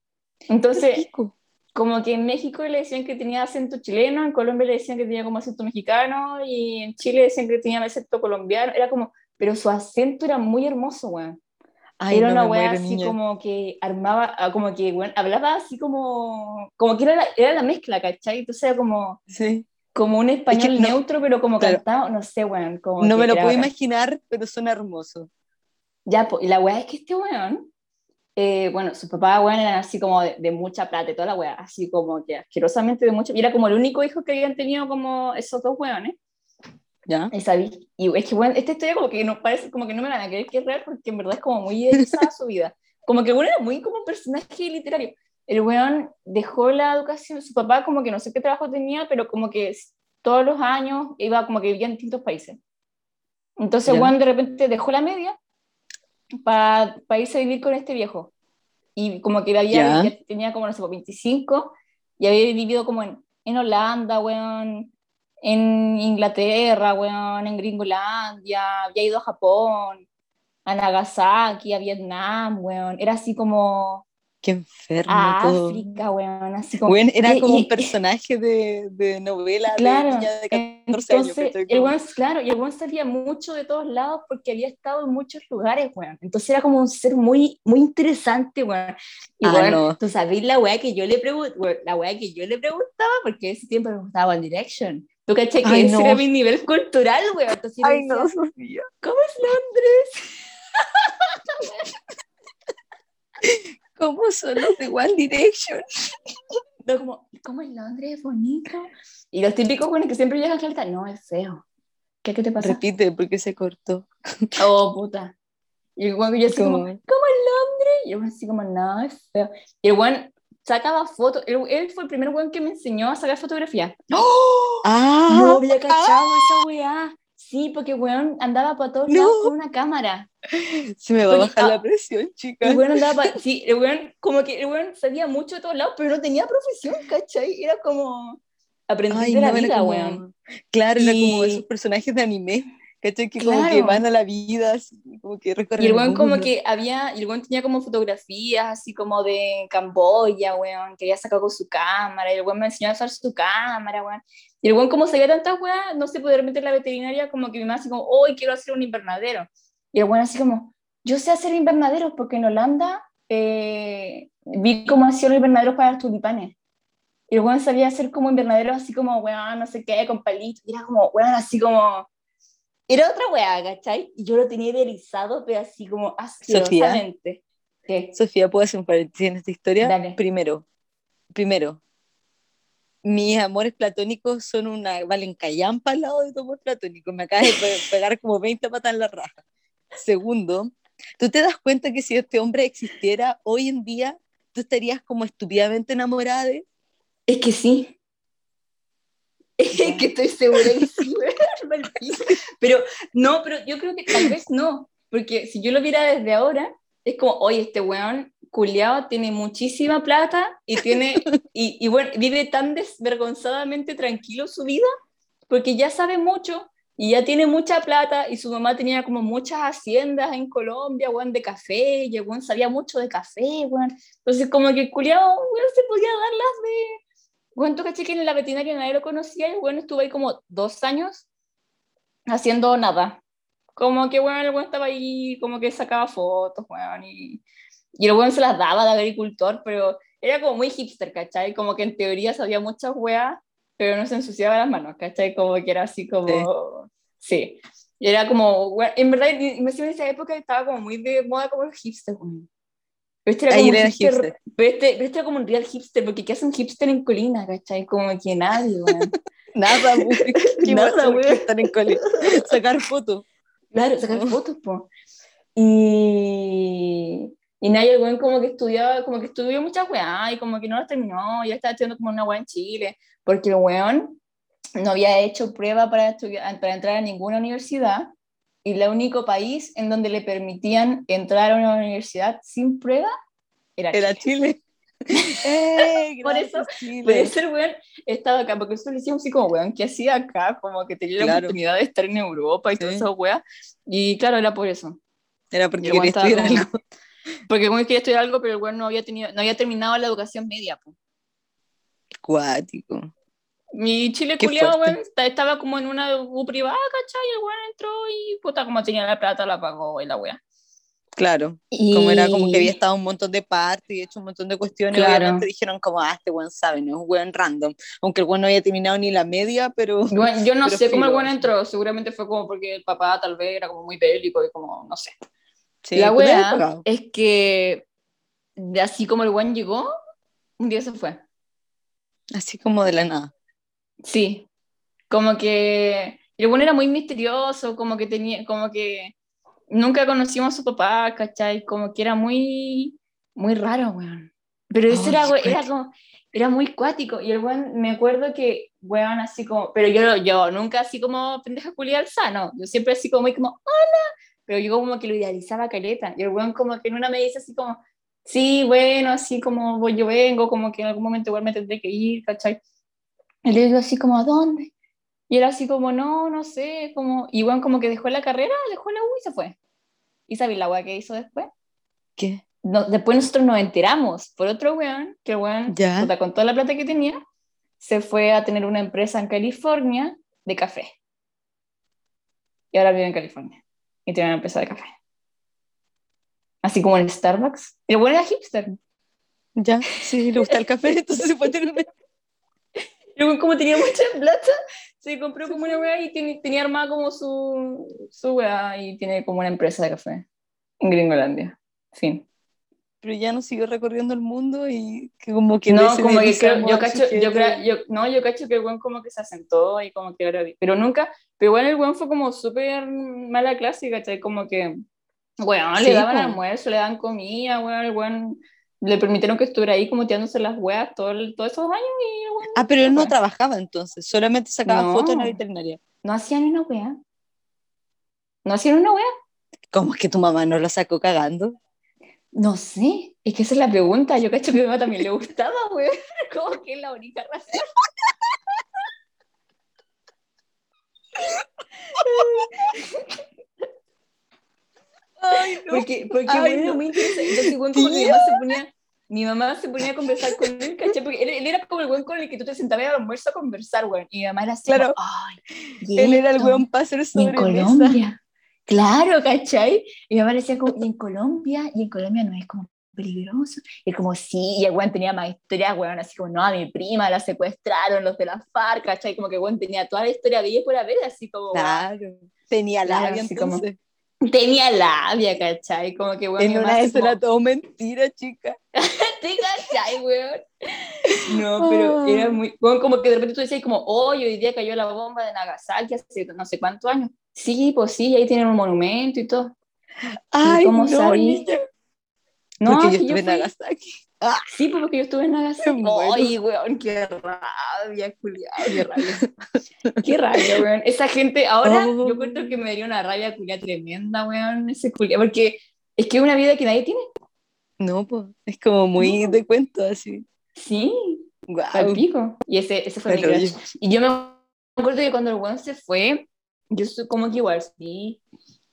Qué Entonces, rico. como que en México le decían que tenía acento chileno, en Colombia le decían que tenía como acento mexicano, y en Chile decían que tenía acento colombiano, era como, pero su acento era muy hermoso, weón. Ay, Era no una me weá muero, así niña. como que armaba, ah, como que, weón, hablaba así como, como que era la, era la mezcla, ¿cachai? Entonces era como, Sí. como un Es que español no, neutro, pero como claro, cantado, no sé, weón, como no que me lo era puedo bacán. imaginar, pero suena hermoso. Ya, pues, y la weá es que este weón, eh, bueno, sus papás, weón, eran así como de, de mucha plata y toda la weá, así como que asquerosamente de mucho, y era como el único hijo que habían tenido como esos dos weones, ¿Ya? y sabí, y es que, weón, esta historia como que no parece, como que no me la van a creer que es real, porque en verdad es como muy idealizada su vida, como que, bueno, era muy como un personaje literario. El weón dejó la educación, su papá como que no sé qué trabajo tenía, pero como que todos los años iba como que vivía en distintos países. Entonces, ¿Ya? weón de repente dejó la media para pa irse a vivir con este viejo. Y como que había, ¿Ya? ya tenía como, no sé, veinticinco, y había vivido como en, en Holanda, weón, en Inglaterra, weón, en Gringolandia, había ido a Japón, a Nagasaki, a Vietnam, weón. Era así como Qué enfermo a todo. África, weón, así como... Bueno, era como un Y, y, personaje de, de novela de claro, niña de catorce años, entonces ¿cachai? el Como, weón, claro, y el weón sabía mucho de todos lados porque había estado en muchos lugares, weón. Entonces era como un ser muy, muy interesante, weón. Y ah, weón, no. tú sabés la weá que yo le preguntaba, la weá que yo le preguntaba, porque en ese tiempo me gustaba One Direction. Tú caché que Ay, ese era no. mi nivel cultural, weón. Entonces yo le Ay, no, decía, Sofía. ¿cómo es Londres? ¿Cómo son los de One Direction? No, como, ¿cómo es Londres? Es bonito. Y los típicos, bueno, que siempre llegan a Caleta, no, es feo. ¿Qué, qué te pasa? Repite, porque se cortó. Oh, puta. Y el weón, yo así como, ¿cómo Como, es Londres? Y el weón así como, no, es feo. Y el weón sacaba fotos. Él, él fue el primer weón que me enseñó a sacar fotografía. ¡Oh! No ah, había ah, cachado esa weá. Sí, porque weón andaba para todos lados no. con una cámara. Se me va a Porque bajar la ah, presión, el chicas. weón andaba pa- sí, el weón, como que el weón sabía mucho de todos lados, pero no tenía profesión, ¿cachai? Era como aprendiz Ay, de la no, era vida, weón. como, claro, era como esos Y personajes de anime, ¿cachai? Que como que van claro, a la vida, así, como que y el recorren el weón como mundo. que había, y el weón tenía como fotografías así como de Camboya, weón, que había sacado con su cámara, y el weón me enseñó a usar su cámara, weón. Y el weón como sabía tantas weas, no se podía meter en la veterinaria, como que mi mamá así como, hoy quiero hacer un invernadero. Y el weón así como, yo sé hacer invernaderos porque en Holanda eh, vi cómo hacían los invernaderos para los tulipanes. Y el weón sabía hacer como invernaderos así como, weón, no sé qué, con palitos. Y era como, weón, así como... Era otra weá, ¿cachai? Y yo lo tenía idealizado, pero así como Sofía, asquerosamente. ¿Qué? Sofía, ¿puedo hacer un paréntesis en esta historia? Dale. Primero, primero, mis amores platónicos son una, valen callampa al lado de tu amor platónico. Me acabas de pe- pegar como veinte patas en la raja. Segundo, ¿tú te das cuenta que si este hombre existiera hoy en día, tú estarías como estúpidamente enamorada de él? Es que sí. Es que Ya. estoy segura que sí, weón. Mal pico. Pero no, pero yo creo que tal vez no. Porque si yo lo viera desde ahora, es como, oye, este weón culiao tiene muchísima plata y tiene, y, y bueno, vive tan desvergonzadamente tranquilo su vida porque ya sabe mucho y ya tiene mucha plata y su mamá tenía como muchas haciendas en Colombia, weón, de café, y el weón sabía mucho de café, weón. Entonces como que el culiao, weón, se podía dar las de... Weón, tú caché que en la veterinaria nadie lo conocía y weón estuvo ahí como dos años haciendo nada. Como que, weón, el weón estaba ahí, como que sacaba fotos, weón, y, y el weón se las daba de agricultor, pero era como muy hipster, ¿cachai? Como que en teoría sabía muchas weas, pero no se ensuciaba las manos, ¿cachai? Como que era así Sí. como... Sí. Y era como, weón, en verdad, y- y me en esa época estaba como muy de moda como los hipsters, weón. Pero este era como Ahí un era hipster, hipster. pero este, pero este era como un real hipster, porque ¿qué hace un hipster en Colina, ¿cachai? Como que nadie, weón. Nada, pues, ¿qué va a Nada, hacer weón. hipster en Coli? Sacar fotos. Claro, sacar Oh, fotos, po. Y, Y nadie, el weón como que estudiaba, como que estudió muchas weá y como que no las terminó, ya estaba estudiando como una weá en Chile, porque el weón no había hecho prueba para, estudiar, para entrar a ninguna universidad y el único país en donde le permitían entrar a una universidad sin prueba era Era Chile. Chile. ¡Eh, Por eso, gracias, por Chile! eso el weón estaba acá, porque nosotros le decíamos así como, weón, ¿qué hacía acá? Como que tenía la Claro, oportunidad de estar en Europa y todas sí. esas weas. Y claro, era por eso. Era Y porque el weón quería estaba estudiar como, algo. porque el weón quería estudiar algo, pero el weón no había tenido, no había terminado la educación media, po. Cuático. Mi Chile Qué culiado, weón, fuerte. esta- estaba como en una U privada, ¿cachai? Y el weón entró y puta, como tenía la plata, la pagó y la wea. Claro. Como era como que había Y estado un montón de partes y hecho un montón de cuestiones, obviamente claro, dijeron como, ah, este weón sabe, no es un weón random. Aunque el weón no había terminado ni la media, pero, bueno, yo no pero sé cómo el filo. weón Así. entró, seguramente fue como porque el papá tal vez era como muy bélico y como, no sé. Sí, La pues de haber wea pagado. es que de así como el weón llegó, un día se fue. Así como de la nada. Sí, como que el weón era muy misterioso, como que tenía, como que nunca conocimos a su papá, ¿cachai? Como que era muy, muy raro, weón. Pero ese Ay, era, qué we- era cuático. como, era muy cuático. Y el weón, me acuerdo que, weón, así como, pero yo, yo nunca así como pendeja culiada alzada, no. Yo siempre así como muy como, pero yo como que lo idealizaba caleta. Y el weón como que en una me dice así como, sí, bueno, así como voy, yo vengo, como que en algún momento igual me tendré que ir, ¿cachai? Y le digo así como, ¿a dónde? Y era así como, no, no sé, como, y weón como que dejó la carrera, dejó la U y se fue. ¿Y sabes la weá que hizo después? ¿Qué? No, después nosotros nos enteramos por otro weón, que el weón, ¿Ya? puta, con toda la plata que tenía, se fue a tener una empresa en California de café. Y ahora vive en California. Y tiene una empresa de café. Así como en Starbucks. Y el weón era hipster. ¿Ya? Sí, le gusta el café, entonces se puede tener un... Y el weón como tenía mucha plata, se compró Se como una fue. weá y tiene- tenía armada como su, su weá y tiene como una empresa de café en Gringolandia. Fin. Pero ya no siguió recorriendo el mundo y que como que No, como que creo, descentralizamos yo al cacho, yo, sujeto cra- y... yo, no, yo cacho que el weón como que se asentó y como que ahora, vi- pero nunca, pero bueno, el weón fue como súper mala clase, ¿cachai? Como que, weón, le Sí, daban pues. almuerzo, le daban comida, weón, el weón, le permitieron que estuviera ahí como tirándose las weas todo el- todos esos años y el weón Ah, pero se él no fue. trabajaba entonces, solamente sacaba fotos en la No, veterinaria. no hacían una wea, no hacían una wea, ¿Cómo es que tu mamá no lo sacó cagando? no sé, es que esa es la pregunta, yo cacho que a mi mamá también le gustaba, weón, como que es la única razón. Ay, no. Porque, porque Ay, bueno, era no. muy interesante. Entonces, bueno, como que mi Tía. mamá se ponía, mi mamá se ponía a conversar con él, ¿cachai? Porque él, él era como el buen con el que tú te sentabas al almuerzo a conversar, güey. Y mi mamá era así como, Claro, ay, él y era el esto, weón para hacer y en sobremesa. Colombia, claro, ¿cachai? Y mi mamá le decía como, y en Colombia, y en Colombia no es como peligroso. Y como, sí, y el weón tenía más historias, weón, así como, no, a mi prima la secuestraron los de la FARC, ¿cachai? Como que weón tenía toda la historia bella por haber, así como, weón, Claro, tenía claro, labia así como, entonces. tenía labia, ¿cachai? Como que, weón, mi En mamá una así vez era como, todo mentira, chica. ¿te cachai, weón? No, pero era Ah. muy. Bueno, como que de repente tú decías, como, hoy hoy día cayó la bomba de Nagasaki hace no sé cuántos años. Sí, pues sí, ahí tienen un monumento y todo. ¿Y Ay, cómo no, sabí? niña. No, Porque yo si yo estuve en fui. Nagasaki. Ah, Sí, pues porque yo estuve en me Nagasaki. muero. Ay, weón, qué rabia, culiado, qué rabia. Qué rabia, weón. Esa gente, ahora yo cuento que Oh. me daría una rabia culiada tremenda, weón, ese culiado. Porque es que es una vida que nadie tiene. No, pues, es como No, muy de cuento así. sí, al Wow, pico. Y ese, ese fue mi el crush. hoyo. Y yo me acuerdo que cuando el weón se fue, yo su- como que igual, sí,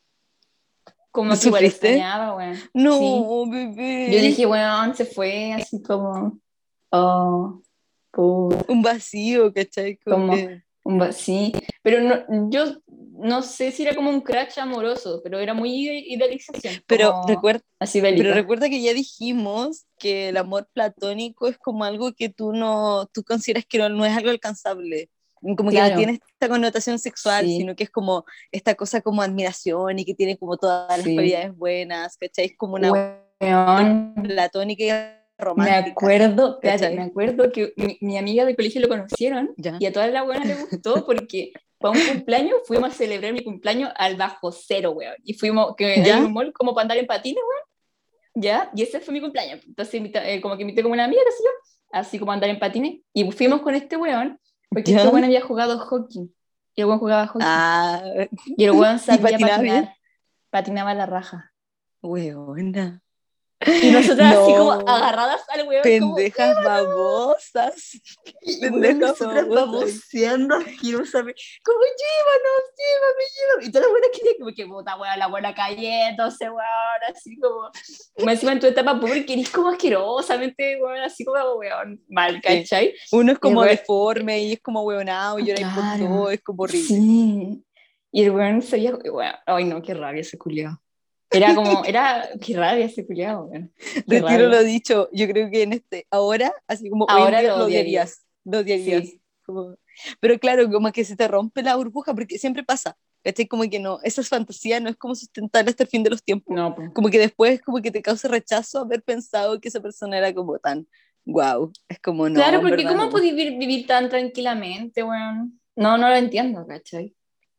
como que igual ¿Sufriste? extrañaba, weón. Sí. No, Yo bebé. dije, weón, se fue, así como, oh, puta, Un vacío, ¿cachai? Como como, que... un va- sí. Pero no, yo no sé si era como un crush amoroso, pero era muy ide- idealización, Pero como recuerda, así pero bélica. recuerda que ya dijimos que el amor platónico es como algo que tú no, tú consideras que no, no es algo alcanzable, como que no Claro, tiene esta connotación sexual, sí, sino que es como esta cosa como admiración y que tiene como todas las sí. cualidades buenas, ¿cachai? Es como una Weón, platónica y me romántica, acuerdo, espérate, me ¿cachai? acuerdo que mi, mi amiga del colegio lo conocieron Ya. y a todas las buenas le gustó porque para un cumpleaños fuimos a celebrar mi cumpleaños al Bajo Cero, weón. Y fuimos, que hay ¿Ya? un mall como para andar en patines, weón. ¿ya? Y ese fue mi cumpleaños. Entonces, invita, eh, como que invité como una amiga, qué sé yo, así como a andar en patines. Y fuimos con este weón, porque este ¿Ya? weón había jugado hockey. Y el weón jugaba hockey. Ah, Y el weón ¿y sabía patinaba bien? patinar, patinaba a la raja. Weona. Y nosotras así como No, agarradas al weón, como, pendejas babosas. y, y weón, Pendejas nosotras babosas. baboseando asquerosamente, como llévanos, llévame, llévame. Y todas las buenas querían, como que puta weón, la buena cayéndose, weón, así como, más encima en tu etapa pobre que eres como asquerosamente, weón, así como, weón, mal, Sí. ¿cachai? Uno es Y el como weón, deforme y es como hueonado, y llora por todo, claro, es como horrible. sí. Y el weón se veía, weón, ay no, qué rabia ese culiao. Era como, era, qué rabia ese culiao, weón, qué Retiro lo rabia. dicho, yo creo que en este, ahora, así como hoy en Ahora día, lo lo odiaría, odiarías, lo odiarías. sí. Como... Pero claro, como que se te rompe la burbuja, porque siempre pasa, ¿cachai? Como que no, esa fantasía no es como sustentable hasta el fin de los tiempos. No, pues. Como que después, como que te causa rechazo haber pensado que esa persona era como tan, wow, es como no, Claro, en porque verdad ¿cómo no. puedes vivir, vivir tan tranquilamente, weón? No, no lo entiendo, ¿cachai?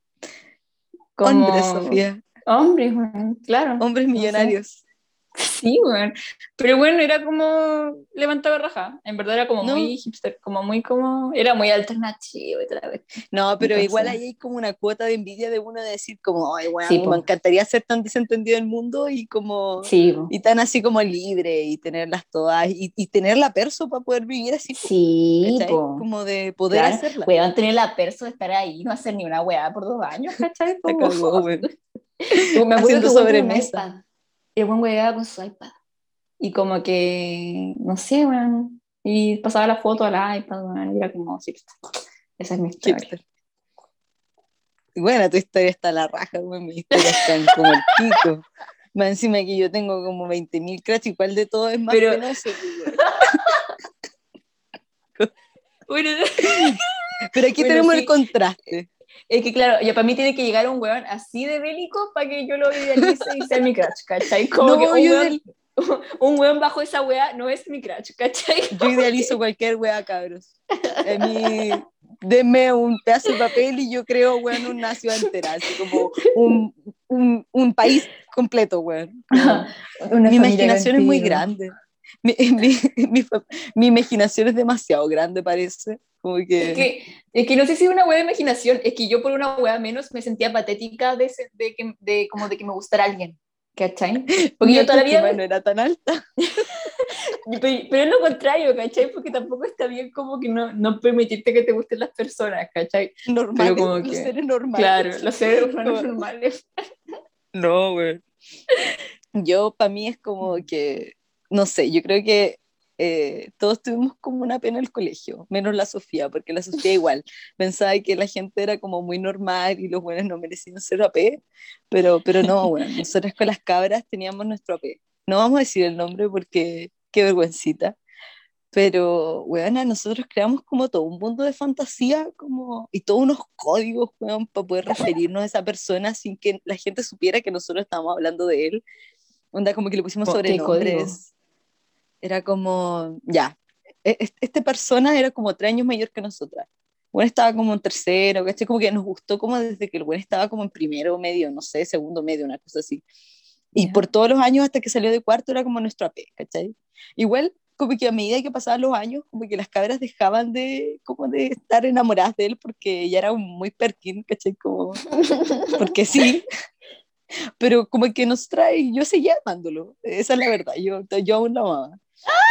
Hombres, Como Sofía, hombres, weón, claro, hombres no sé. millonarios. Sí, weón. Pero bueno, era como levantaba raja. En verdad era como muy No, hipster, como muy como. Era muy alternativo y tal vez. no, pero igual Entonces, ahí hay como una cuota de envidia de uno de decir como, ay, bueno, a sí, mí me po. encantaría ser tan desentendido del mundo y como, Sí, po. y tan así como libre y tenerlas todas y, y tener la perso para poder vivir así, po, Sí, ¿cachai? po. Como de poder Claro. hacerla. Weón, tener la perso de estar ahí, no hacer ni una weá por dos años, ¿cachai? La Como. cagó, güey. Y me acuerdo que Haciendo igual tenía un sobremesa. iPad. Y el buen weá con su iPad. Y como que, no sé, weón. Y pasaba la foto al iPad, weón. Y era como, sí, esa es mi historia. Hipster. Y bueno, tu historia está a la raja, güey, mis historias están como el pico. Más encima que yo tengo como veinte mil cracks, y cuál de todo es más Pero, penoso, pues, güey. bueno, Pero aquí bueno, tenemos el sí. contraste. Es que claro, ya para mí tiene que llegar un weón así de bélico para que yo lo idealice y sea mi crush, ¿cachai? Como que No, un yo weón, ideal- un weón bajo esa weá no es mi crush, ¿cachai? yo Como idealizo que... cualquier wea, cabros. A mí, denme un pedazo de papel y yo creo, weón, una ciudad entera, así como un, un, un país completo, weón. Como, Una mi familia imaginación es muy contigo. grande. Mi, mi, mi, mi imaginación es demasiado grande, parece. Como Es que que, es que no sé si es una weá de imaginación, es que yo por una weá menos me sentía patética de, ese- de, que, de como de que me gustara alguien, ¿cachai? Porque mi yo toda la vida, autoestima no era tan alta. pero, pero es lo contrario, ¿cachai? Porque tampoco está bien como que no, no permitirte que te gusten las personas, ¿cachai? Pero Normales, como los que, seres normales. claro, los seres humanos Como, normales. no, güey. Yo, para mí es como que, no sé, yo creo que eh, todos tuvimos como una pena en el colegio, menos la Sofía, porque la Sofía igual pensaba que la gente era como muy normal y los buenos no merecían ser A P, pero, pero no, bueno, nosotras con las cabras teníamos nuestro A P. No vamos a decir el nombre porque qué vergüencita, pero, weón, nosotros creamos como todo un mundo de fantasía como, y todos unos códigos, weón, para poder referirnos a esa persona sin que la gente supiera que nosotros estábamos hablando de él. Onda, como que le pusimos Como, ¿qué código? sobrenombres. Era como, ya, e- e- esta persona era como tres años mayor que nosotras. Bueno, estaba como en tercero, ¿cachai? Como que nos gustó como desde que el bueno estaba como en primero medio, no sé, segundo medio, una cosa así. Y ¿Ya? por todos los años hasta que salió de cuarto era como nuestro A P, ¿cachai? Igual, como que a medida que pasaban los años, como que las cabras dejaban de, como de estar enamoradas de él porque ya era un muy perkin, ¿cachai? Como, porque sí, pero como que nos trae, yo seguía amándolo, esa es la verdad, yo, yo aún lo amaba.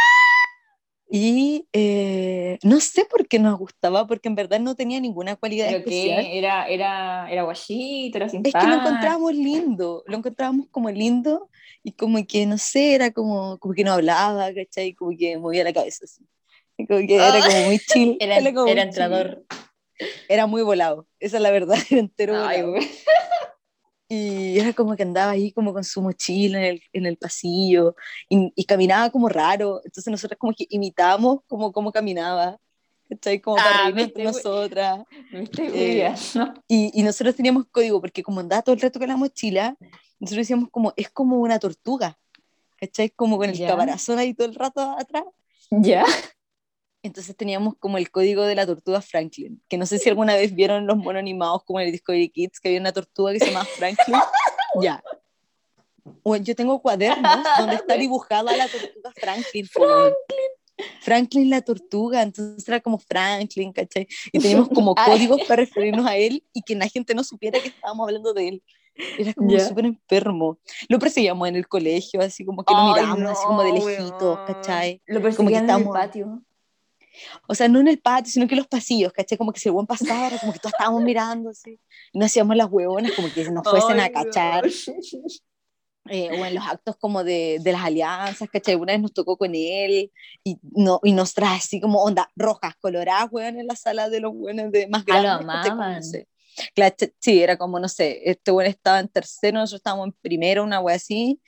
Y eh, no sé por qué nos gustaba, porque en verdad no tenía ninguna cualidad ¿Pero especial. qué? ¿Era, era, era guachito, era Es que lo simpático? encontrábamos lindo, lo encontrábamos como lindo y como que, no sé, era como, como que no hablaba, ¿cachai? Como que movía la cabeza así. Y como que era Ah, como muy chill, era era, como era muy chill. entrador. Era muy volado, esa es la verdad, era entero Ay, volado. güey. Y era como que andaba ahí como con su mochila en el, en el pasillo y, y caminaba como raro. Entonces nosotros como que imitábamos como, como caminaba, ¿cachai? Como para Ah, me reírnos entre estoy, güey- nosotras. me estoy Eh, hueveando. y, y nosotros teníamos código porque como andaba todo el rato con la mochila, nosotros decíamos como, es como una tortuga, ¿cachai? Como con el ¿Ya? caparazón ahí todo el rato atrás. ¿Ya? Entonces teníamos como el código de la tortuga Franklin, que no sé si alguna vez vieron los monos animados como en el Discovery Kids, que había una tortuga que se llamaba Franklin. Ya, Bueno, yo tengo cuadernos donde está dibujada la tortuga Franklin. Franklin. Franklin la tortuga, entonces era como Franklin, ¿cachai? Y teníamos como Ay, códigos para referirnos a él y que la gente no supiera que estábamos hablando de él. Era como ya. súper enfermo. Lo perseguíamos en el colegio, así como que lo Ay, mirábamos así como de no, lejitos, weón. ¿cachai? Lo Como que perseguían en el estábamos, patio. o sea, no en el patio, sino que en los pasillos, ¿cachai? Como que si el buen pasaba, era como que todos estábamos mirando así. Y nos hacíamos las huevonas como que nos fuesen a Ay, weón. cachar. Eh, o en los actos como de, de las alianzas, ¿cachai? Una vez nos tocó con él y, no, y nos trae así como onda rojas, coloradas, weón, en la sala de los buenos de más Ah, lo grandes, ¿cachai? Como no amaban. sé. Claro, sí, era como, no sé, este weón estaba en tercero, nosotros estábamos en primero, una wea así,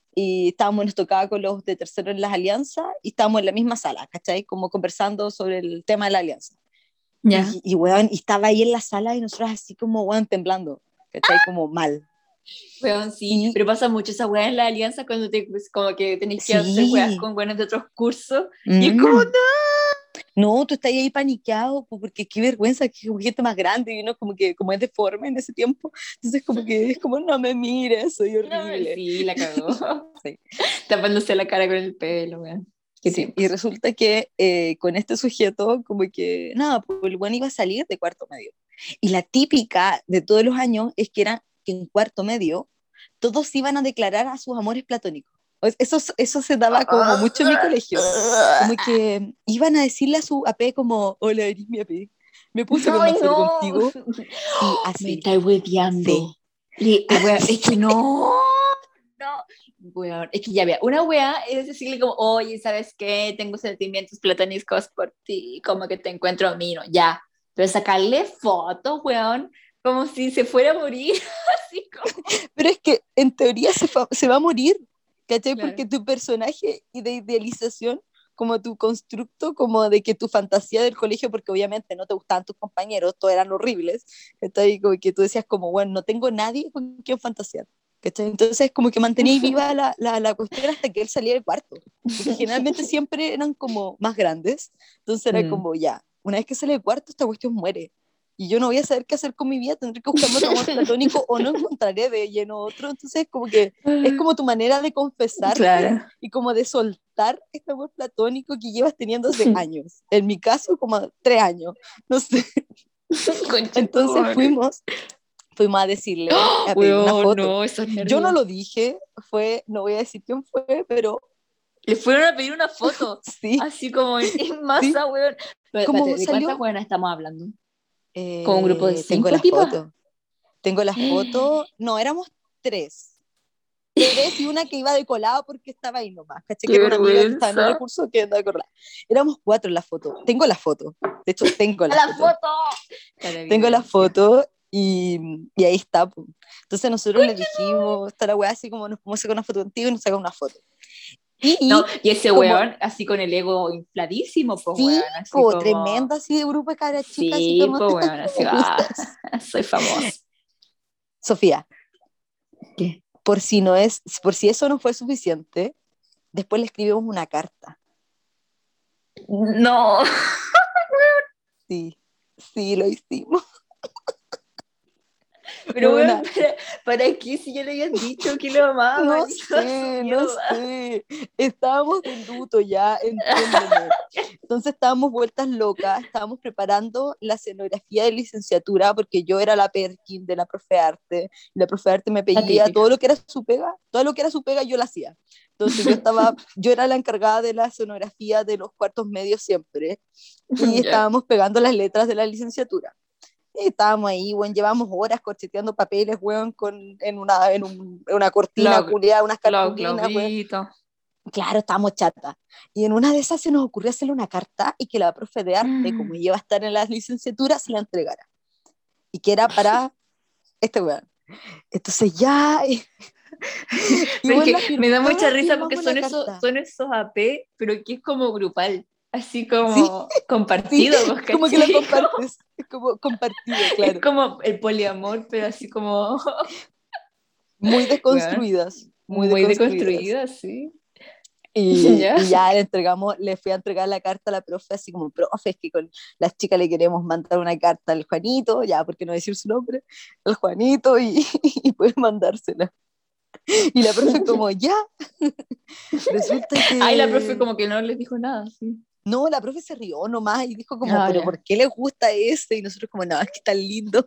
y estábamos, nos tocaba con los de tercero en las alianzas y estábamos en la misma sala, ¿cachai? Como conversando sobre el tema de la alianza. Ya. Y, y weón, y estaba ahí en la sala y nosotros así como, weón, temblando, ¿cachai? Como mal. Weón, sí, Y pero pasa mucho esa weá en la alianza cuando te, pues, como que tenéis que hacer weas sí, con weones de otros cursos y es como, mm. no. No, tú estás ahí paniqueado, po, porque qué vergüenza, que es gente más grande y uno como que, como es deforme en ese tiempo, entonces como que es como, no me mires, soy No, horrible. sí, la cagó. Sí, Tapándose la cara con el pelo, weón. Qué sí. Y tiempos. resulta que eh, con este sujeto, como que, nada, pues el bueno iba a salir de cuarto medio. Y la típica de todos los años es que era que en cuarto medio todos iban a declarar a sus amores platónicos. O- Eso, eso se daba como mucho en mi colegio, como que iban a decirle a su A P como, hola, eres mi A P, me puse a ¡Ay, conversar no! contigo. Sí, Me así, estáis hueveando. sí. Le- wea, es que no, no. Weón, es que ya vea, una wea es decirle como, oye, ¿sabes qué? Tengo sentimientos platónicos por ti, como que te encuentro a mí, no, ya. Pero sacarle fotos, weón, como si se fuera a morir, así como. Pero es que en teoría se, fa- se va a morir, ¿cachai? Claro. Porque tu personaje y de idealización, como tu constructo, como de que tu fantasía del colegio, porque obviamente no te gustaban tus compañeros, todos eran horribles, ¿cachai? Como que tú decías como, bueno, no tengo nadie con quien fantasear, ¿cachai? Entonces como que mantenías viva la, la, la cuestión hasta que él salía del cuarto, porque generalmente siempre eran como más grandes, entonces era Mm. como, ya, una vez que sale del cuarto, esta cuestión muere. Y yo no voy a saber qué hacer con mi vida, tendré que buscarme otro amor platónico o no encontraré de lleno otro. Entonces, como que es como tu manera de confesarte Claro. y como de soltar este amor platónico que llevas teniendo hace años. En mi caso, como tres años, no sé. Concha tu Entonces madre. fuimos, fuimos a decirle, ¡Oh! a pedir una Weón, foto. no, esos Yo no nervios. lo dije, fue, no voy a decir quién fue, pero Le fueron a pedir una foto, sí, así como en, en sí, masa, weón. Pero como espérate, ¿de cuántas salió, weonas estamos hablando? ¿Como un grupo de eh, tengo cinco la tipas? foto, tengo la foto, no, éramos tres. Tres y una que iba de colado porque estaba ahí nomás, caché que ¡Qué era una amiga que estaba en otro vergüenza! curso que andaba de colada. Éramos cuatro en la foto, tengo la foto, de hecho tengo ¡A la la foto, foto! La tengo la evidencia. foto y, y ahí está. Po. Entonces nosotros le dijimos, está la weá así como nos podemos sacar una foto contigo y nos sacamos una foto. No, Y y ese como, weón, así con el ego infladísimo, pues sí, weón, así po, como. tremendo así de grupo de cara chicas y Sí, todo. pues weón, así, ah, soy famoso. Sofía, ¿Qué? por si no es, por si eso no fue suficiente, después le escribimos una carta. No, Sí, sí, lo hicimos. pero weón, Buena. ¿para, para qué si ya le habían dicho que lo amaban No y toda su sé, no mierda? sé. Estábamos de luto ya, entiéndeme. Entonces estábamos vueltas locas, estábamos preparando la escenografía de licenciatura porque yo era la Perkin de la profe de arte. Y la profe de arte me La pedía todo típica. lo que era su pega, todo lo que era su pega yo lo hacía. Entonces yo estaba, yo era la encargada de la escenografía de los cuartos medios siempre y Ya. estábamos pegando las letras de la licenciatura. Y estábamos ahí, weón, llevamos horas corcheteando papeles, weón, con, en, una, en, un, en una cortina Los, culiada, unas los cartulinas, weón. globitos. Claro, estábamos chatas. Y en una de esas se nos ocurrió hacerle una carta y que la profe de arte, como iba a estar en la licenciatura, se la entregara. Y que era para este weón. Entonces ya, y, y Pero es bueno, la que me fir da mucha todos risa porque firmamos son la esos, carta. son esos A P, pero que es como grupal, así Sí, como sí, compartido, ¿vos como que lo cachai? Como- compartes, es como compartido, es claro. como el poliamor, pero así como, Muy bueno, desconstruidas, muy muy desconstruidas. deconstruida, sí. Y, ¿Ya? y ya le entregamos, le fui a entregar la carta a la profe, así como, profe, es que con las chicas le queremos mandar una carta al Juanito, ya, ¿por qué no decir su nombre? Al Juanito y, y puede mandársela. Y la profe como, ya. Resulta que... Ay, la profe como que no les dijo nada, sí. No, la profe se rió nomás y dijo como, Ah, pero ya. ¿por qué les gusta ese? Y nosotros como, no, es que tan lindo.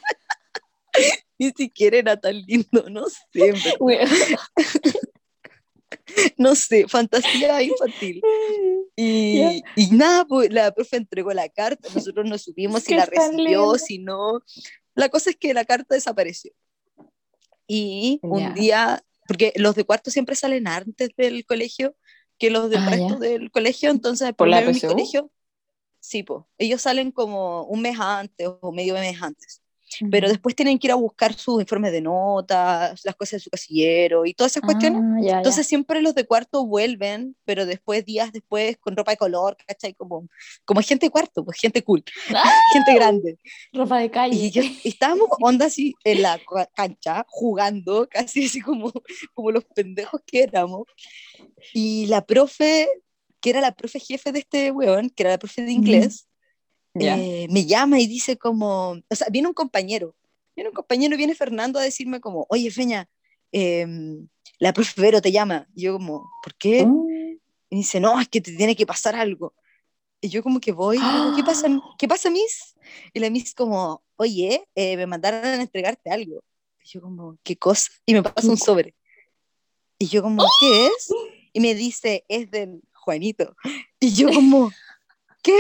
Ni siquiera era tan lindo, no sé, en verdad. Weón. No sé, fantasía infantil. Ya. Y, y nada, pues la profe entregó la carta, nosotros no supimos Es si que la es tan recibió, lindo. si no. La cosa es que la carta desapareció. Y un Ya. día, porque los de cuarto siempre salen antes del colegio que los del Ah, resto ya. del colegio, entonces por ¿Por lo la menos en mi P S U? colegio, sí, pues, ellos salen como un mes antes o medio mes antes. Pero Ujú. después tienen que ir a buscar sus informes de notas, las cosas de su casillero y todas esas cuestiones. Ah, ya, Entonces ya. siempre los de cuarto vuelven, pero después, días después, con ropa de color, ¿cachai? Como, como gente de cuarto, pues gente cool, ¡Ah! gente grande. Ropa de Y calle. yo estábamos onda así en la cancha, jugando, casi así como, como los pendejos que éramos. Y la profe, que era la profe jefe de este weón, que era la profe de Ujú. inglés, Ya. eh, me llama y dice como, o sea, viene un compañero, viene un compañero, viene Fernando a decirme como, oye, Feña, eh, la profe Vero te llama. Y yo como, ¿por qué? Mm. Y dice, no, es que te tiene que pasar algo. Y yo como que voy, y le digo, ¿qué pasa, ¡Ah! ¿qué pasa, Miss? Y la Miss como, oye, eh, me mandaron a entregarte algo. Y yo como, ¿qué cosa? Y me pasa ¿Qué un cu- sobre. Y yo como, ¿qué es? Y me dice, es del Juanito. Y yo como, ¿qué?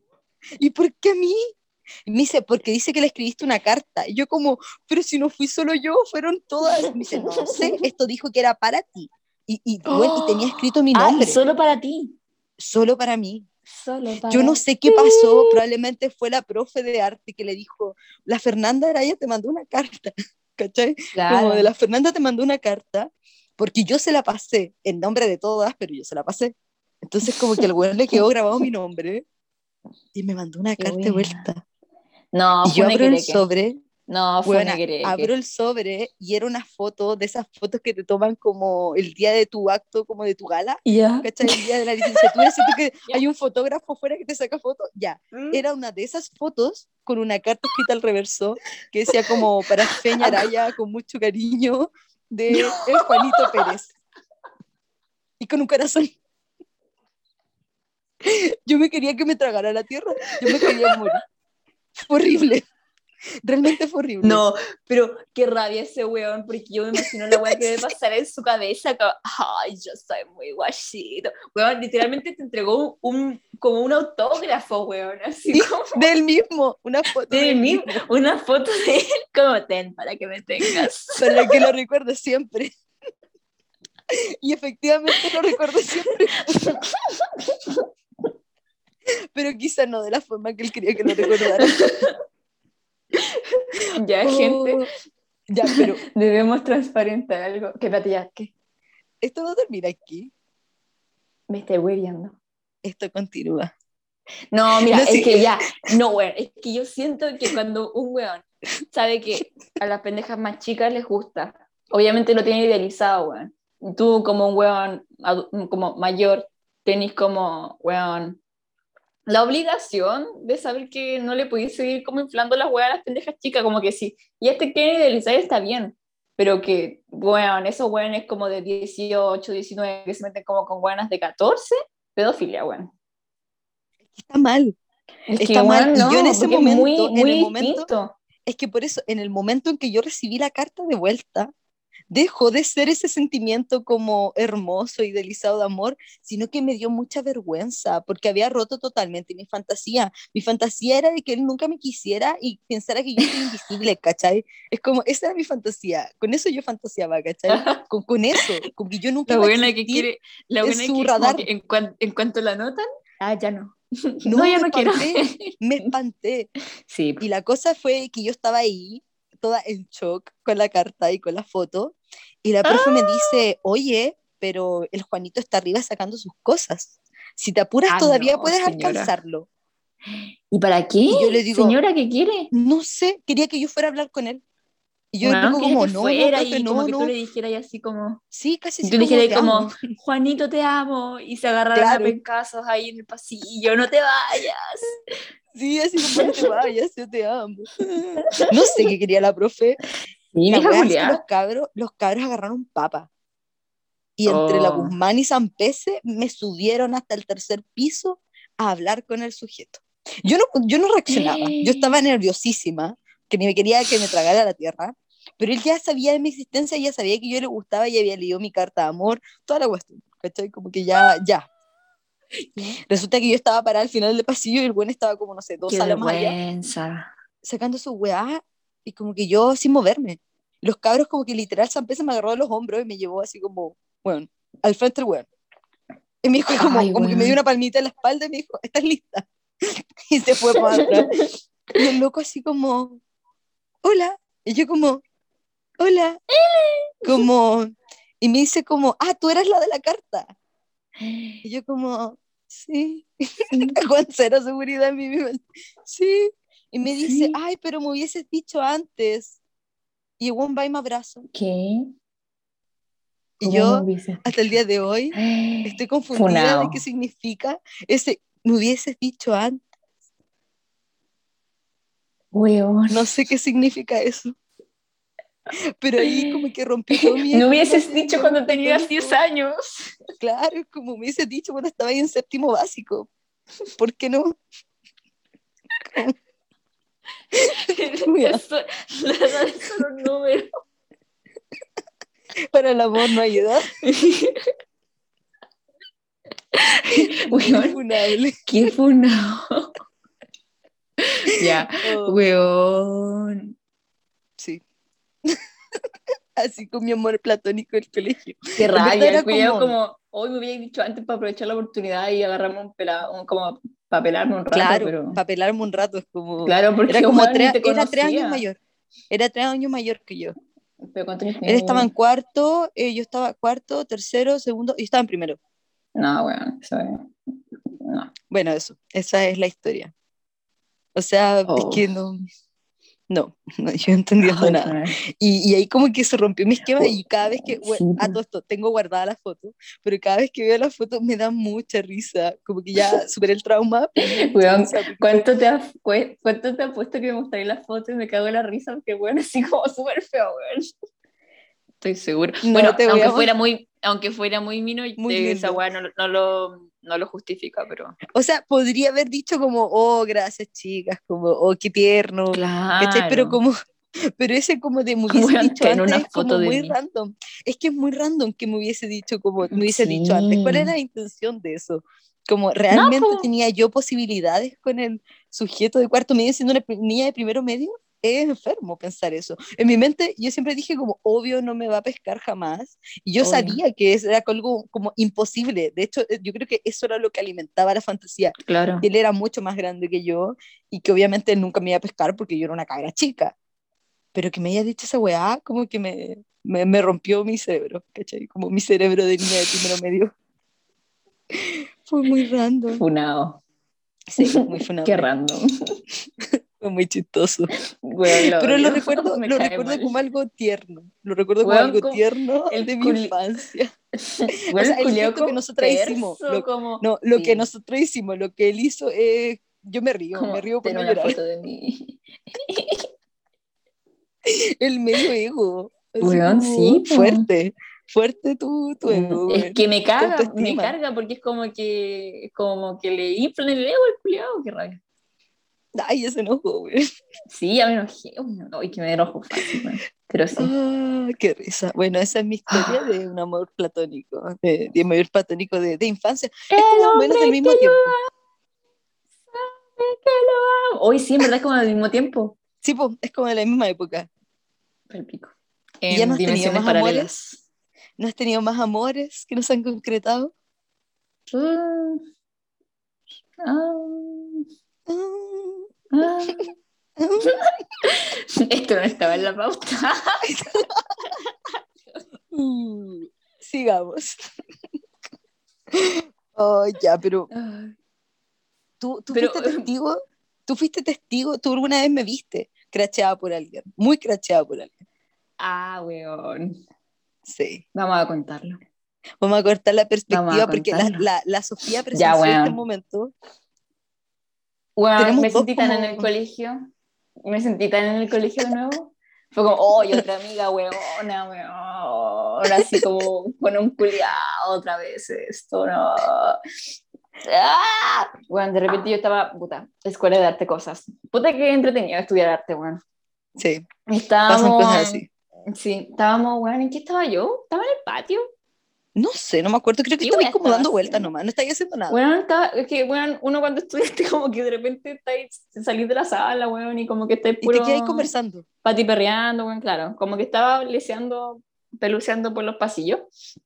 ¿Y por qué a mí? Y me dice, porque dice que le escribiste una carta. Y yo como, pero si no fui solo yo, fueron todas. Y me dice, no sé, esto dijo que era para ti. Y, y, bueno, y tenía ¡Oh! escrito mi Ah, y nombre, solo para ti. solo para mí. Solo Yo no para sé qué ti. pasó, probablemente fue la profe de arte que le dijo, la Fernanda Araya te mandó una carta, ¿cachai? Como de Claro. la Fernanda te mandó una carta, porque yo se la pasé en nombre de todas, pero yo se la pasé. Entonces como que al güey le quedó grabado mi nombre y me mandó una Qué carta de buena. vuelta. No, Y yo fue abro el que. sobre, No, fue bueno, abro que. el sobre y era una foto de esas fotos que te toman como el día de tu acto, como de tu gala, Ya. ¿cachai? El día de la licenciatura, ¿cierto que Ya. hay un fotógrafo afuera que te saca fotos? Ya, Mm. era una de esas fotos con una carta escrita al reverso que decía como para Feña Ac- Araya con mucho cariño de el Juanito Pérez y con un corazón. Yo me quería que me tragara la tierra, yo me quería morir. Fue horrible, realmente fue horrible. No, pero qué rabia ese weón, porque yo me imagino la weá que debe pasar en su cabeza, como, ay, yo soy muy guachito. Weón, literalmente te entregó un, como un autógrafo, weón, así Sí, como del mismo, una foto de del mí, mismo, una foto de él, como ten para que me tengas. para que lo recuerde siempre. Y efectivamente lo recuerdo siempre, pero quizá no de la forma que él quería que lo recordara. Ya, gente, Oh, ya, pero debemos transparentar algo. Que espérate, ya, ¿qué? esto no termina aquí, Me estoy hueviando. esto continúa. No, mira, No, es sí, que ya, no, weón, es que yo siento que cuando un weón sabe que a las pendejas más chicas les gusta, obviamente lo tiene idealizado, weón. Tú como un weón adu- como mayor, tenés como, weón, la obligación de saber que no le podéis seguir como inflando las weas a las pendejas chicas, como que sí, y este quiere idealizar está bien, pero que, weón, esos weones como de dieciocho diecinueve que se meten como con weonas de catorce pedofilia, weón. está mal, Es que, está mal. weón, Y yo en no, ese porque es muy, momento, en muy el momento, distinto. es que por eso, en el momento en que yo recibí la carta de vuelta, dejó de ser ese sentimiento como hermoso, idealizado de amor, sino que me dio mucha vergüenza, porque había roto totalmente mi fantasía. Mi fantasía era de que él nunca me quisiera y pensara que yo soy invisible, ¿cachai? Es como, esa era mi fantasía, con eso yo fantaseaba, ¿cachai? Con, con eso, con que yo nunca La iba a buena que existir quiere, la en buena su que como radar. que en, cuan- en cuanto la notan, ah, ya no. No, No, ya me no quiero. espanté, me espanté. Sí. Y la cosa fue que yo estaba ahí, toda en shock con la carta y con la foto, y la profe me Ah, dice, oye, pero el Juanito está arriba sacando sus cosas. Si te apuras ah, todavía no, puedes señora. alcanzarlo. ¿Y para qué? Y yo le digo, Señora, ¿qué quiere? no sé, quería que yo fuera a hablar con él. Y yo le Bueno, digo quería como, que no, no, fuera profe, y como no, que tú le no. dijeras así como, Sí, casi y así tú le como, dijeras te amo. como, Juanito, te amo, y se agarraran a Claro, pencazos ahí en el pasillo, no te vayas. sí, así como, no te vayas, yo te amo. No sé qué quería la profe. ¿Y La vieja weá es que los culiada? cabros, los cabros agarraron papa. Y entre la Oh. Guzmán y San Pese me subieron hasta el tercer piso a hablar con el sujeto. Yo no, yo no reaccionaba, yo estaba nerviosísima, que ni me quería que me tragara la tierra, pero él ya sabía de mi existencia, ya sabía que yo le gustaba y había leído mi carta de amor, toda la cuestión, ¿cachai? Como que ya, ya. Resulta que yo estaba parada al final del pasillo y el buen estaba como, no sé, dos Qué salas más allá, vergüenza. sacando su weá y como que yo sin moverme. Los cabros como que literal San Pese me agarró de los hombros y me llevó así como, bueno, al frente del weón. Y me dijo como, Ay, como que me dio weón. una palmita en la espalda y me dijo, ¿estás lista? Y se fue para atrás. Y el loco así como, hola. Y yo como, hola. Como, y me dice como, ah, tú eras la de la carta. Y yo como, sí. Sí, Con cero seguridad en mi vida. Sí. Y me dice, sí. ay, pero me hubieses dicho antes. Y el weón va y me abraza. ¿Qué? Y ¿Cómo me yo, hubieses hasta el dicho? día de hoy, estoy confundida de qué Funao. significa ese, me hubieses dicho antes. Weón. No sé qué significa eso. Pero ahí como que rompió todos mis No esquemas hubieses de, dicho de amor cuando tenías diez platónico. años. Claro, como me hubiese dicho cuando estaba ahí en séptimo básico. ¿Por qué no? Como, mira, Eso, la edad es solo un número. para el amor no hay edad. Muy Weón, funable. qué funao. Ya, Oh, weón. sí, así con mi amor platónico del colegio. Qué En verdad rabia, el era culiao como, como, hoy me había dicho antes para aprovechar la oportunidad y agarrarme un pelado, un- como para pelarme un rato, claro, pero para pelarme un rato, es como, claro, era porque como weón ni tres, te era tres años conocía. mayor. Era tres años mayor que yo. Pero ¿cuánto años Él tenía estaba en yo? cuarto, eh, yo estaba cuarto, tercero, segundo, y estaba en primero. No, weón, eso es- no. Bueno, eso, esa es la historia. O sea, es Oh, que no, no, no, yo no entendiendo ay, nada. fue- Y, y ahí como que se rompió mi esquema we- y cada vez que, bueno, sí, a todo esto, tengo guardada la foto, pero cada vez que veo la foto me da mucha risa, como que ya superé el trauma, pero me da mucha weón, risa porque fue, ¿cuánto te has, cue- cuánto te ha puesto que me mostré las fotos y me cago en la risa? Porque, weón, así como súper feo, weón. Estoy seguro. Bueno, no te voy aunque a fuera mostrar, muy, aunque fuera muy mino, eh, muy esa lindo. weá no, no lo, no lo justifica, pero O sea, podría haber dicho como, oh, gracias chicas, como, oh, qué tierno, ¿cachai? Pero claro. como, pero ese como de me hubiese Weón, dicho ten antes una es como foto de muy mí. random. Es que es muy random que me hubiese dicho como, me hubiese dicho antes. ¿Cuál era Sí. la intención de eso? Como, No, ¿realmente pues. tenía yo posibilidades con el sujeto de cuarto medio siendo una pri- niña de primero medio? Es enfermo pensar eso. En mi mente yo siempre dije como, obvio no me va a pescar jamás. Y yo Obvio, sabía que eso era algo como imposible. De hecho, eh, yo creo que eso era lo que alimentaba la fantasía, que claro. él era mucho más grande que yo y que obviamente él nunca me iba a pescar porque yo era una cabra chica. Pero que me haya dicho esa weá, como que me, me, me rompió mi cerebro, ¿cachai? Como mi cerebro de niña de primero medio. Fue muy random. Funado. Sí, muy Qué funable. random. Fue muy chistoso. Weón, lo Pero lo odio. recuerdo, Me lo cae recuerdo mal. como algo tierno. Lo recuerdo como Weón, algo como tierno de el mi culi... infancia. O Weón, sea, el el culiao gesto que como nosotras hicimos, terso, lo, como... no, lo que Sí, nosotros hicimos, lo que él hizo, es yo me río, me como río por tener no una llorar. foto de mí. El medio ego, así Weón, como sí, po. fuerte, fuerte tu, tu Mm, ego, es güey. que me Tu caga, me autoestima. carga porque es como que, como que le inflan el ego al culiao, qué rabia. Ay, ese enojo, güey. Sí, ya me enojé, uy, que me enojo fácil, weón. Pero sí. Ah, qué risa. Bueno, esa es mi historia de un amor platónico, de, de un amor platónico de, de infancia. Es El como más o menos del hombre que mismo yo tiempo. amo, que lo amo. Hoy sí, en verdad, es como al mismo tiempo. Sí, pues, es como de la misma época. El pico. ¿Y ya no En has tenido dimensiones más amores? paralelas. ¿No has tenido más amores que no se han concretado? Uh, ah, Ah, ah. ah. Esto no estaba en la pauta. Uh, sigamos. Oh, ya, pero tú, tú Pero, fuiste testigo, tú fuiste testigo, tú alguna vez me viste cracheada por alguien, muy cracheada por alguien. ah, weón. Sí. Vamos a contarlo. Vamos a cortar la Vamos a perspectiva porque la, contarlo. la, la Sofía Ya, presenció este weón. momento. Weón, Tenemos me dos sentí tan en el como, colegio. Me sentí tan en el colegio de nuevo. Fue como, oh, y otra amiga, weona, weona, así como con un culiao otra vez esto, no. ¡Ah! Bueno, de repente yo estaba, puta, escuela de arte cosas. Puta que entretenido estudiar arte, weón. Sí, Y pasan cosas estábamos, así. sí, estábamos, weón, ¿en qué estaba yo? Estaba en el patio. No sé, no me acuerdo, creo que ¿Qué estaba weón ahí como estaba dando vueltas haciendo? nomás, no estaba haciendo nada. Weón, estaba, es que, weón, uno cuando estudiaste como que de repente estáis, salís de la sala, weón, y como que estáis Y te quedas ahí puro conversando. patiperreando, weón, claro. Como que estaba leseando, peluceando por los pasillos.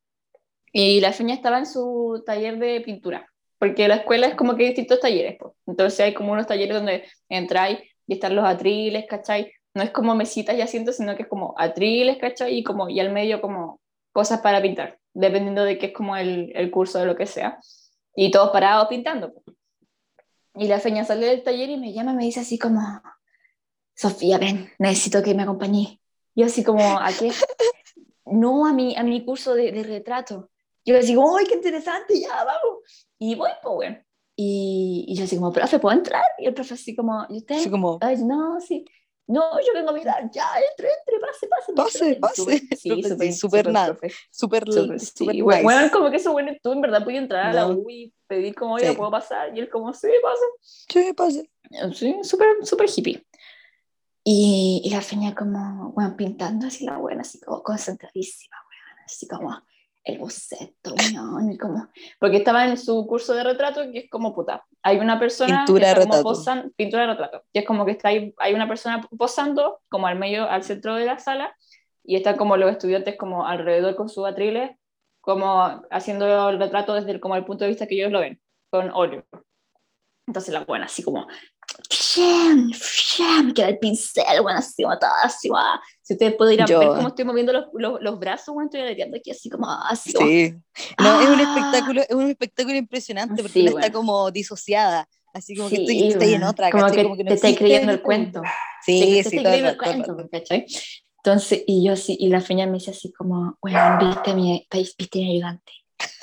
Y la Feña estaba en su taller de pintura, porque la escuela es como que hay distintos talleres, pues. Entonces hay como unos talleres donde entráis y están los atriles, ¿cachai? No es como mesitas y asientos, sino que es como atriles, ¿cachai? Y, como, y al medio como cosas para pintar, dependiendo de qué es como el, el curso de lo que sea. Y todos parados pintando, pues. Y la Feña sale del taller y me llama y me dice así como, Sofía, ven, necesito que me acompañes. Yo así como, ¿a qué? No, a mi, a mi curso de, de retrato. Yo le digo, ¡ay, qué interesante! Ya, vamos. Y voy, pues, bueno. Y, y yo así como, profe, ¿puedo entrar? Y el profe así como, ¿y Fue usted? como, Ay, no, sí. No, yo vengo a mirar, ya, entre, entre, pase, pase, mi pase, profe. pase. Súper, sí, Profe, sí, súper, súper súper nada, profe. súper, Súper, súper sí. Bueno, bueno, nice. como que eso, bueno, tú en verdad podías entrar a la No, U y pedir como, oiga, sí, ¿puedo pasar? Y él como, sí, pase. sí, pase. Sí, súper, súper hippie. Y, y la Feña como, bueno, pintando así la buena, así como concentradísima, weón, así como el boceto, weón, y como, porque estaba en su curso de retrato, que es como, puta, hay una persona que Pintura de está como retrato. posando, pintura de retrato, que es como que está ahí, hay una persona posando, como al medio, al centro de la sala, y están como los estudiantes como alrededor con sus atriles, como haciendo el retrato desde el, como el punto de vista que ellos lo ven, con óleo. Entonces la buena así como ¡Fiam! ¡Fiam! Queda el pincel, bueno, así como todo, así, guau. Si ustedes pudieran ver cómo Yo, estoy moviendo los, los, los brazos, bueno, estoy aleteando aquí así como, así como, sí. No, es un ¡ah! espectáculo, es un espectáculo impresionante porque Sí, una está bueno, como disociada, así como que tú, tú sí, estás ahí en bueno, otra, como ¿cachai? Como que que no te estáis existe creyendo en el este cuento, mundo. te, Sí, te sí, estáis todo el creyendo el rato, todo el cuento, rato. ¿cachai? Entonces, y yo así, y la feña me dice así como, bueno, viste a mi, viste a mi ayudante.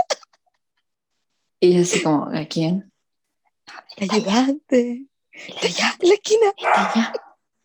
Y yo así como, ¿a quién? El Está allá, ayudante, el está allá, en ayudante, la esquina. está allá.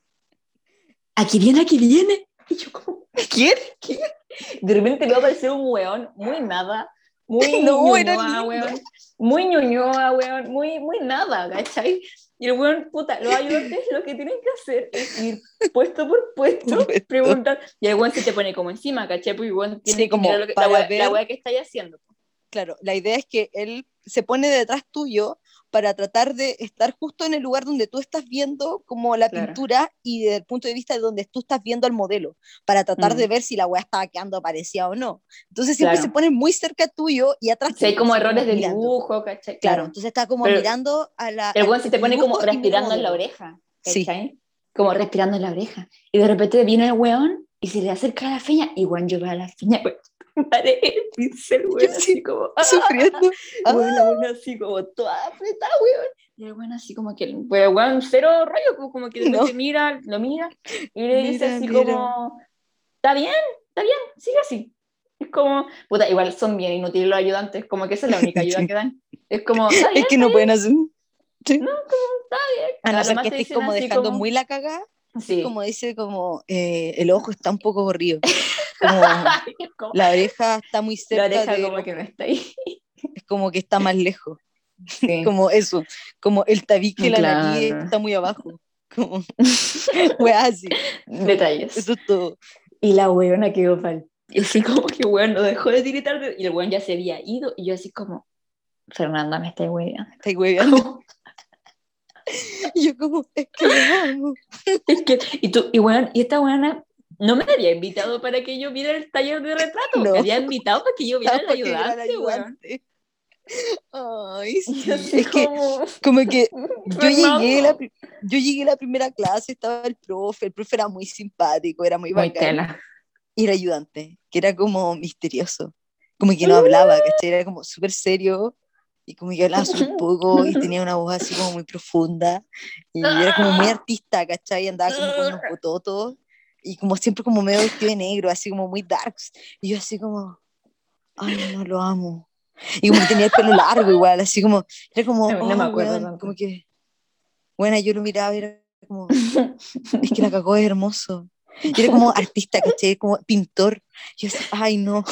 Aquí viene, aquí viene. Y yo como, ¿Quién? ¿qué? De repente me va a aparecer un weón, muy nada, muy No, era ñoñoa, lindo. weón, muy ñoñoa, weón, muy, muy nada, ¿cachai? Y el weón, puta, los ayudantes lo que tienen que hacer es ir puesto por puesto, Perfecto. preguntar, y el weón se te pone como encima, ¿cachai? Porque el weón Sí, tiene que mirar como lo que, la, para weá, la ver, weá que estáis haciendo. claro, la idea es que él se pone detrás tuyo para tratar de estar justo en el lugar donde tú estás viendo como la Claro. pintura y desde el punto de vista de donde tú estás viendo al modelo, para tratar de Mm, ver si la weá estaba quedando parecida o no. Entonces siempre se claro. pone muy cerca tuyo y atrás Si hay tuyo, como así errores como de mirando. dibujo, ¿cachai? Claro, Claro. entonces está como Pero mirando a, la, el a, weón se a te tu pone como dibujo y mira respirando en la modelo. oreja, Sí. ¿cachai? Como respirando en la oreja. Y de repente viene el weón y se le acerca a la feña y weón, yo veo a la feña, weón, pare el pincel, Yo weón, así sí, como, ¡ah! sufriendo. Ah, Weón, la weón así como toda apretada, weón. Y el weón así como que, pero weón, cero rollo, como como que de no, repente mira, lo mira y le dice mira, así mira. como, está bien, está bien, sigue así. Es como, puta, igual son bien inútiles los ayudantes, como que esa es la única ayuda Sí. que dan. Es como, está bien, Es que no pueden hacer. Sí. no, como, está A bien. no A lo ser más que te estés dicen como así dejando como, muy la cagada, que es como sí. dice, como eh, el ojo está un poco corrido, como Es como, la oreja está muy la cerca oreja del como que no ojo, está ahí. es como que está más lejos, Sí, como eso, como el tabique de la nariz claro. está muy abajo, como, weá, así, como, Detalles. eso es todo. Y la weona quedó pal. Y así como que weón no dejó de tiritar de- y el weón ya se había ido y yo así como, Fernanda, me está weando. Estáis hueveando. Como, Y yo como, es que lo amo. es que, y tú, y weón, y esta weona no me había invitado para que yo viera el taller de retrato, me No, había invitado para que yo viera nada el para que viera al ayudante, weón. ayudante. Ay, Y sí, así es que como, como que yo llegué la, Fernando. pri- yo llegué a la primera clase, estaba el profe, el profe era muy simpático, era muy Muy bacán, tela. y el ayudante, que era como misterioso, como que no hablaba, ¿cachai? Era como súper serio, y como que hablaba súper poco, y tenía una voz así como muy profunda, y era como muy artista, ¿cachai? Andaba como con unos bototos, y como siempre como medio vestido de negro, así como muy darks, y yo así como, ay, no lo amo. Y como que tenía el pelo largo igual, así como, era como, No, no me oh, acuerdo weón, tanto. como que, bueno, yo lo miraba y era como, es que la cagó, es hermoso. Y era como artista, ¿cachai? Como pintor. Yo así, ay, no.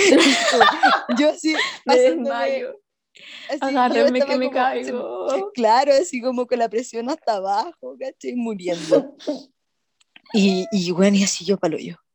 Yo así, Me pasándome, desmayo. así, yo Agárrenme que estaba me como, se- caigo. claro, así como con la presión hasta abajo, ¿cachai? Muriendo. Y, y bueno, y así yo palo yo.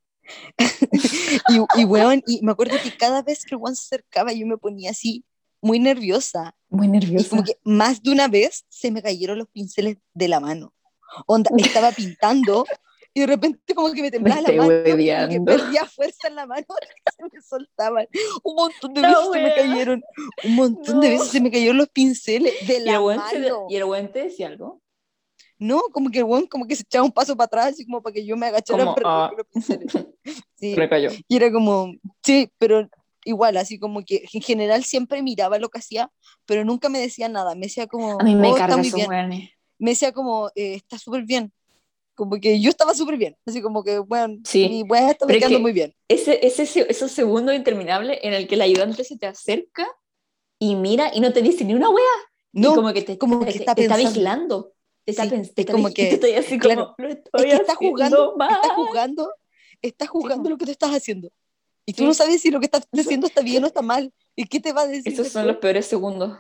Y, y weón, y me acuerdo que cada vez que el weón se acercaba yo me ponía así muy nerviosa. Muy Y como nerviosa. que más de una vez se me cayeron los pinceles de la mano. Onda, estaba pintando y de repente como que me Me temblaba la estoy mano y como que hueveando. perdía fuerza en la mano y se me soltaban. Un montón de La veces se me wea. cayeron, un montón de No. veces se me cayeron los pinceles de ¿Y el la weón se- y mano. el weón te decía algo? No, como que el weón como que se echaba un paso para atrás así como para que yo me agachara Como, para recoger ah, los pinceles. se Sí, le cayó. y era como, sí, pero igual, así como que en general siempre miraba lo que hacía, pero nunca me decía nada, me decía A como, mí me oh, está carga muy esos bien, weones. me decía como, eh, está súper bien, como que yo estaba súper bien, así como que, bueno, mi Sí. weá está Pero es quedando muy que bien. ese, ese, esos segundos interminables en el que el ayudante se te acerca y mira y no te dice ni una wea. Y No, como que te, como te, que te- está te está pensando, vigilando. Te está, sí, pens- te es está como vigi- y tú que, estás así claro, como, lo es estoy que está juzgando, haciendo mal. está juzgando, está Sí, juzgando po. lo que tú estás haciendo, y tú no Sí. sabes si lo que estás haciendo está bien o está mal, ¿y qué te va a decir Esos son los después? peores segundos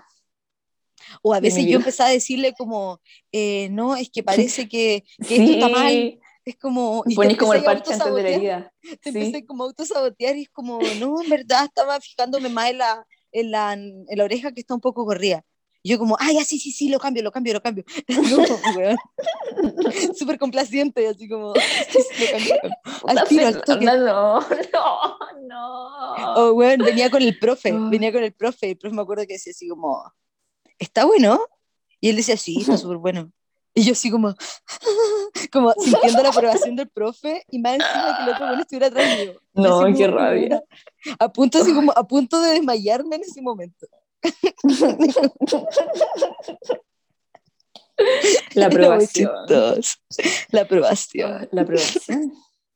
O a de mi veces yo vida. empezaba a decirle como, eh, no, es que parece que, que esto está mal, Sí. es como, y te Ponís como el empecé a parche antes de la autosabotear, herida. te empecé Sí. como a autosabotear y es como, no, en verdad estaba fijándome más en la, en la, en la oreja que está un poco corrida. Y yo como, ah, ya, sí, sí, sí, lo cambio, lo cambio, lo cambio. Como, weón, súper complaciente, así como, sí, sí, lo cambio, lo cambio. Al Puta tiro, al Fernanda, toque. no, no, no. O, weón, venía con el profe, Ay. venía con el profe, y el profe me acuerdo que decía así como, ¿está bueno? Y él decía, sí, está súper bueno. Y yo así como, como sintiendo la aprobación del profe y más encima que el otro bueno estuviera atrás mío. Yo No, así qué como, rabia. weona, a punto así Ay. como, a punto de desmayarme en ese momento. La Era muy aprobación. chistoso. La aprobación. Ay, la aprobación.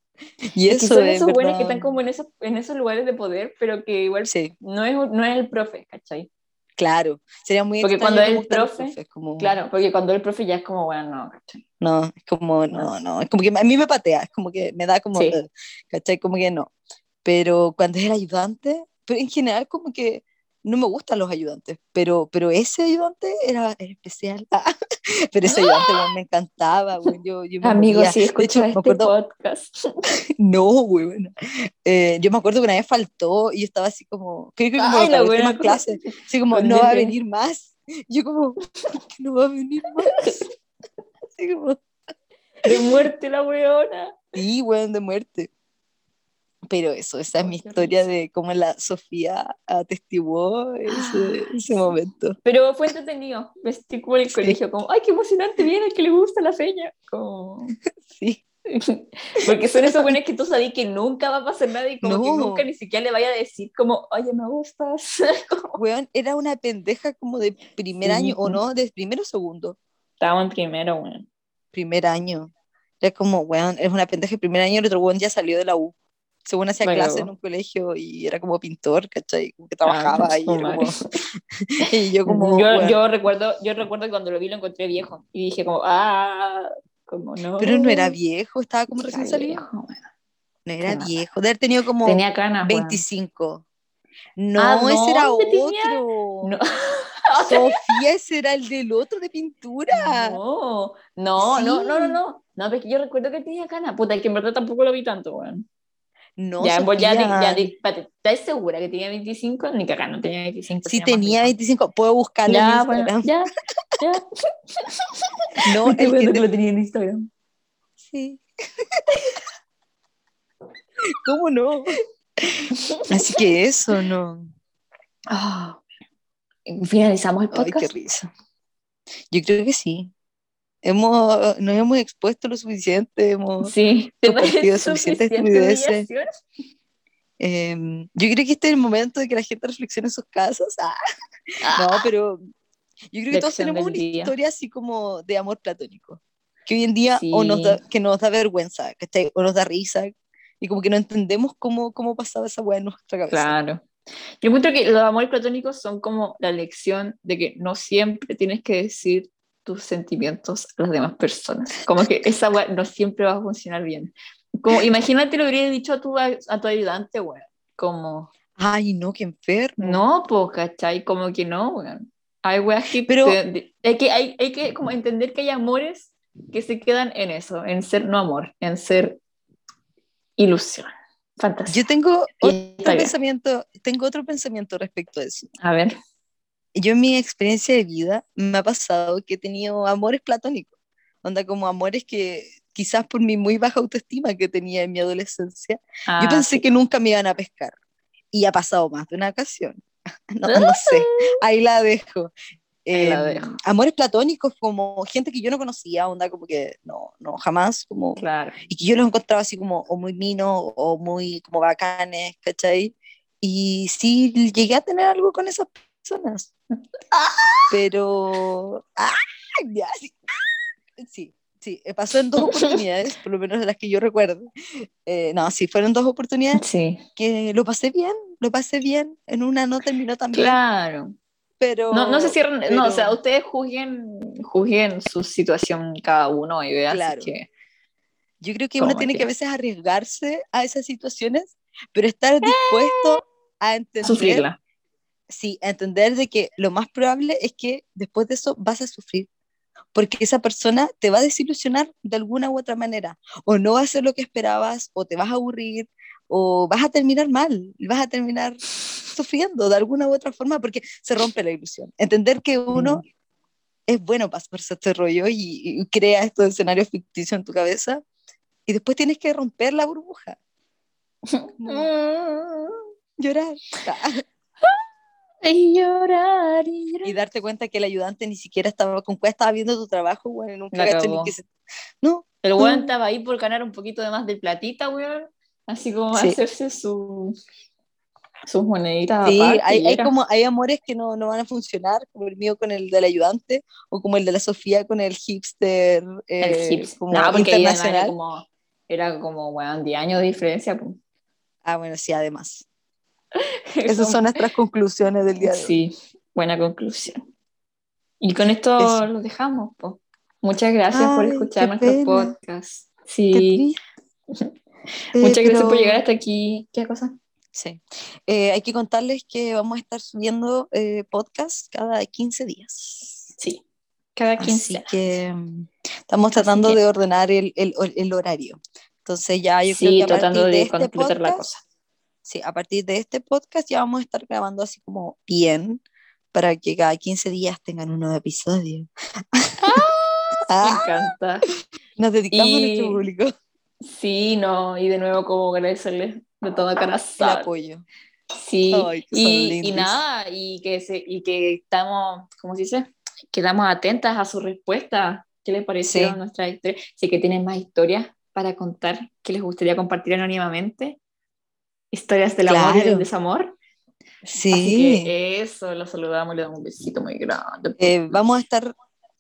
Y Es que eso son es esos buenos que verdad. están como en esos, en esos lugares de poder, pero que igual Sí, no es, no es el profe, ¿cachai? claro. Sería muy Porque cuando extraño es que me el gustan los profe, profes, como, claro, porque cuando el profe ya es como, bueno, no, ¿cachai? no, es como, No. no, no, es como que a mí me patea, es como que me da como, Sí. uh, ¿cachai? Como que no. Pero cuando es el ayudante, pero en general como que no me gustan los ayudantes, pero, pero ese ayudante era, era especial. Pero ese ayudante, bueno, me encantaba, bueno, yo, yo me Amigos, moría. si De escuchas hecho, me este acuerdo, podcast. no, güey, bueno, eh, yo me acuerdo que una vez faltó y yo estaba así como, creo que como Ay, para la la última buena con, clase, así como, con no va a nervios. venir más. Yo como, ¿por qué no va a venir más? Así como, De muerte la weona. sí, güey, de muerte. Pero eso, esa es mi Ay, qué historia risa. de cómo la Sofía atestiguó ese, Ay, ese sí. momento. Pero fue entretenido. Me sentí como en el Sí, colegio, como, ay, qué emocionante, viene el que le gusta la feña. Como... sí. Porque son esos buenos que tú sabes que nunca va a pasar nada y como que nunca No, ni siquiera le vaya a decir como, oye, me gustas. weón, era una pendeja como de primer año, Sí, o no, de primero o segundo, estaba en primero, weón. primer año. Era como, weón, es una pendeja de primer año, el otro weón ya salió de la U. Según hacía La clase en cagó. un colegio y era como pintor, ¿cachai? Como que Ah, trabajaba concha y tu era madre. como, y yo como, Yo, weón, yo recuerdo, yo recuerdo que cuando lo vi lo encontré viejo y dije como, ah, como pero no era no. viejo, estaba como Está recién salido. viejo, weón. No Qué era mala. viejo, de haber tenido como Tenía canas, weón. veinticinco. ¿A No, ese era dónde tenía? otro. No. O sea, Sofía, ese era el del otro de pintura. no, no, no, no, no, Sí, no. No, pero es que yo recuerdo que tenía canas. Puta, es que en verdad tampoco lo vi tanto, weón. no, Ya, pues ya, di- ya, Sofía. di- espérate, ¿estás segura que tenía veinticinco? Ni cagada, no tenía veinticinco, Sí tenía más tenía viejo. veinticinco. Puedo buscarlo en Ya, bueno, Instagram. ya, ya. No, Me estoy el que viendo que te... lo tenía en Instagram. Sí, ¿cómo no? Así que eso, no. Ah, ¿finalizamos el Ay, qué podcast? risa. Yo creo que sí. Hemos, nos hemos expuesto lo suficiente, hemos Sí, ¿te compartido parece suficientes suficiente estupideces. humillación? Eh, yo creo que este es el momento de que la gente reflexione en sus casas. Ah, no, Ah, pero yo creo que todos lección tenemos del una día. historia así como de amor platónico, que hoy en día o nos da, Sí, que nos da vergüenza, ¿cachai? O nos da risa, y como que no entendemos cómo, cómo pasaba esa weá en nuestra cabeza. claro. Yo encuentro que los amores platónicos son como la lección de que no siempre tienes que decir tus sentimientos a las demás personas. Como que esa wea no siempre va a funcionar bien. Como, imagínate lo hubiera dicho a tu, a tu ayudante, weón. Como, Ay, no, qué enfermo. no, pues, ¿cachai? Como que no, weón. Hay weas que, Pero te- de- hay que hay, hay que como entender que hay amores que se quedan en eso, en ser no amor, en ser ilusión, yo fantasía. tengo Y está otro bien. pensamiento, tengo otro pensamiento respecto a eso. A ver. Yo en mi experiencia de vida me ha pasado que he tenido amores platónicos, onda como amores que quizás por mi muy baja autoestima que tenía en mi adolescencia, yo Ah, pensé sí. que nunca me iban a pescar. Y ha pasado más de una ocasión. No, no sé, ahí la dejo. Ahí Eh, la dejo. amores platónicos como gente que yo no conocía, onda como que no, no, jamás, como, Claro. y que yo los encontraba así como o muy minos o muy como bacanes, ¿cachai? Y sí, llegué a tener algo con esas personas, pero, ah, ya, sí, sí, sí, eh, pasó en dos oportunidades, por lo menos de las que yo recuerdo. Eh, no, sí, fueron dos oportunidades Sí. que lo pasé bien, lo pasé bien, en una no terminó tan bien, Claro. No, no se pero, cierran, no, o sea, pero, ustedes juzguen, juzguen su situación cada uno y vean si es claro. que, Yo creo que uno como tiene que a que, veces arriesgarse a esas situaciones, pero estar dispuesto a entender, sufrirla. sí, a entender de que lo más probable es que después de eso vas a sufrir, porque esa persona te va a desilusionar de alguna u otra manera, o no va a hacer lo que esperabas, o te vas a aburrir, o vas a terminar mal, vas a terminar sufriendo de alguna u otra forma porque se rompe la ilusión. Entender que uno Mm. es bueno pasarse este rollo y, y crea estos escenarios ficticios en tu cabeza y después tienes que romper la burbuja, como llorar Y llorar y y llorar. darte cuenta que el ayudante ni siquiera estaba con cuál estaba viendo tu trabajo, bueno, nunca La caché ni que acabó. se... No, El weón no, estaba ahí por ganar un poquito de más de platita, weón. Así como sí, hacerse su, sus moneditas sí, aparte hay, y hay era como, hay amores que no, no van a funcionar, como el mío con el del ayudante, o como el de la Sofía con el hipster el eh, hips. No, como porque ahí además era internacional. como, era como, weón, diez años de diferencia. Pues. Ah, bueno, sí, además. Esas Eso, son nuestras conclusiones del día de hoy. sí, buena conclusión. Y con esto Eso. lo dejamos, pues. Muchas gracias por Ay, escuchar qué nuestros pena, podcasts. qué Sí, triste, eh, muchas gracias por llegar pero hasta aquí. ¿Qué cosa? sí. Eh, hay que contarles que vamos a estar subiendo eh, podcast cada quince días. Sí, cada Así quincena. que mm, estamos Así tratando de que ordenar el, el- el horario. Entonces ya yo creo que sí, a tratando partir de de este completar la cosa. podcast, sí, a partir de este podcast ya vamos a estar grabando así como bien para que cada quince días tengan un nuevo episodio. Me Ah, encanta. nos dedicamos a nuestro Y público sí, no, y de nuevo como agradecerles de todo el corazón. apoyo. Sí, Ay, que son y, y lindis. nada, y que, se, y que estamos, ¿cómo se dice? Quedamos atentas a su respuesta. ¿Qué les pareció Sí, nuestra historia? Si que tienen más historias para contar que les gustaría compartir anónimamente, historias del amor y del claro. desamor. Así Sí. que eso, los saludamos y le damos un besito muy grande. Eh, vamos a estar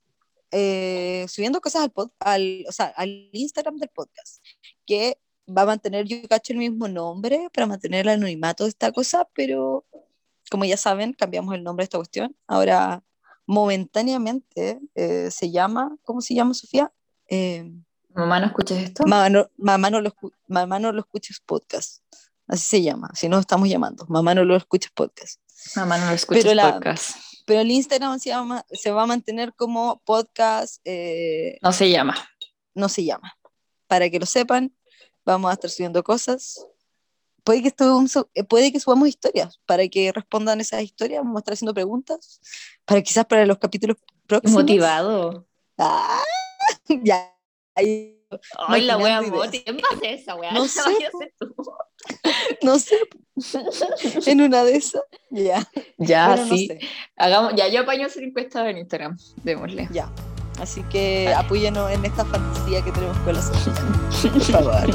eh, subiendo cosas al, pod, al, o sea, al Instagram del podcast, que va a mantener, yo cacho, el mismo nombre para mantener el anonimato de esta cosa, pero como ya saben, cambiamos el nombre de esta cuestión. Ahora, momentáneamente, eh, se llama, ¿cómo se llama, Sofía? Eh, Mamá, ¿no escuchas esto? Mamá, no, mamá, no lo, mamá no lo escuches podcast. Así se llama, si no estamos llamando, mamá no lo escuches podcast. Mamá, no lo Pero, escuches la, podcast. pero el Instagram se, llama, se va a mantener como podcast, eh, No se llama. no se llama. Para que lo sepan, vamos a estar subiendo cosas. Puede que, estuvimos, puede que subamos historias, para que respondan esas historias, vamos a estar haciendo preguntas, para quizás para los capítulos próximos. Motivado. Ah, ya, ahí, Ay, la wea maquinando Moti. ideas. ¿Quién va a hacer esa wea? No La sé, vaya a po, hacer tú. no sé, en una de esas, ya. Ya, Bueno, no sí. sé, Hagamos, ya yo apaño hacer encuesta en Instagram. Démosle. ya. Así que Vale. apóyenos en esta fantasía que tenemos con la Sofía. Por favor.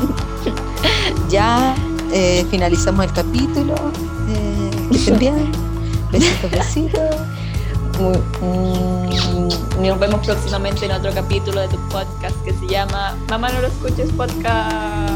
Ya eh, finalizamos el capítulo. Eh, que estén bien. Besitos, besitos. Mm, mm, Nos vemos próximamente en otro capítulo de tu podcast que se llama Mamá, no lo escuches podcast.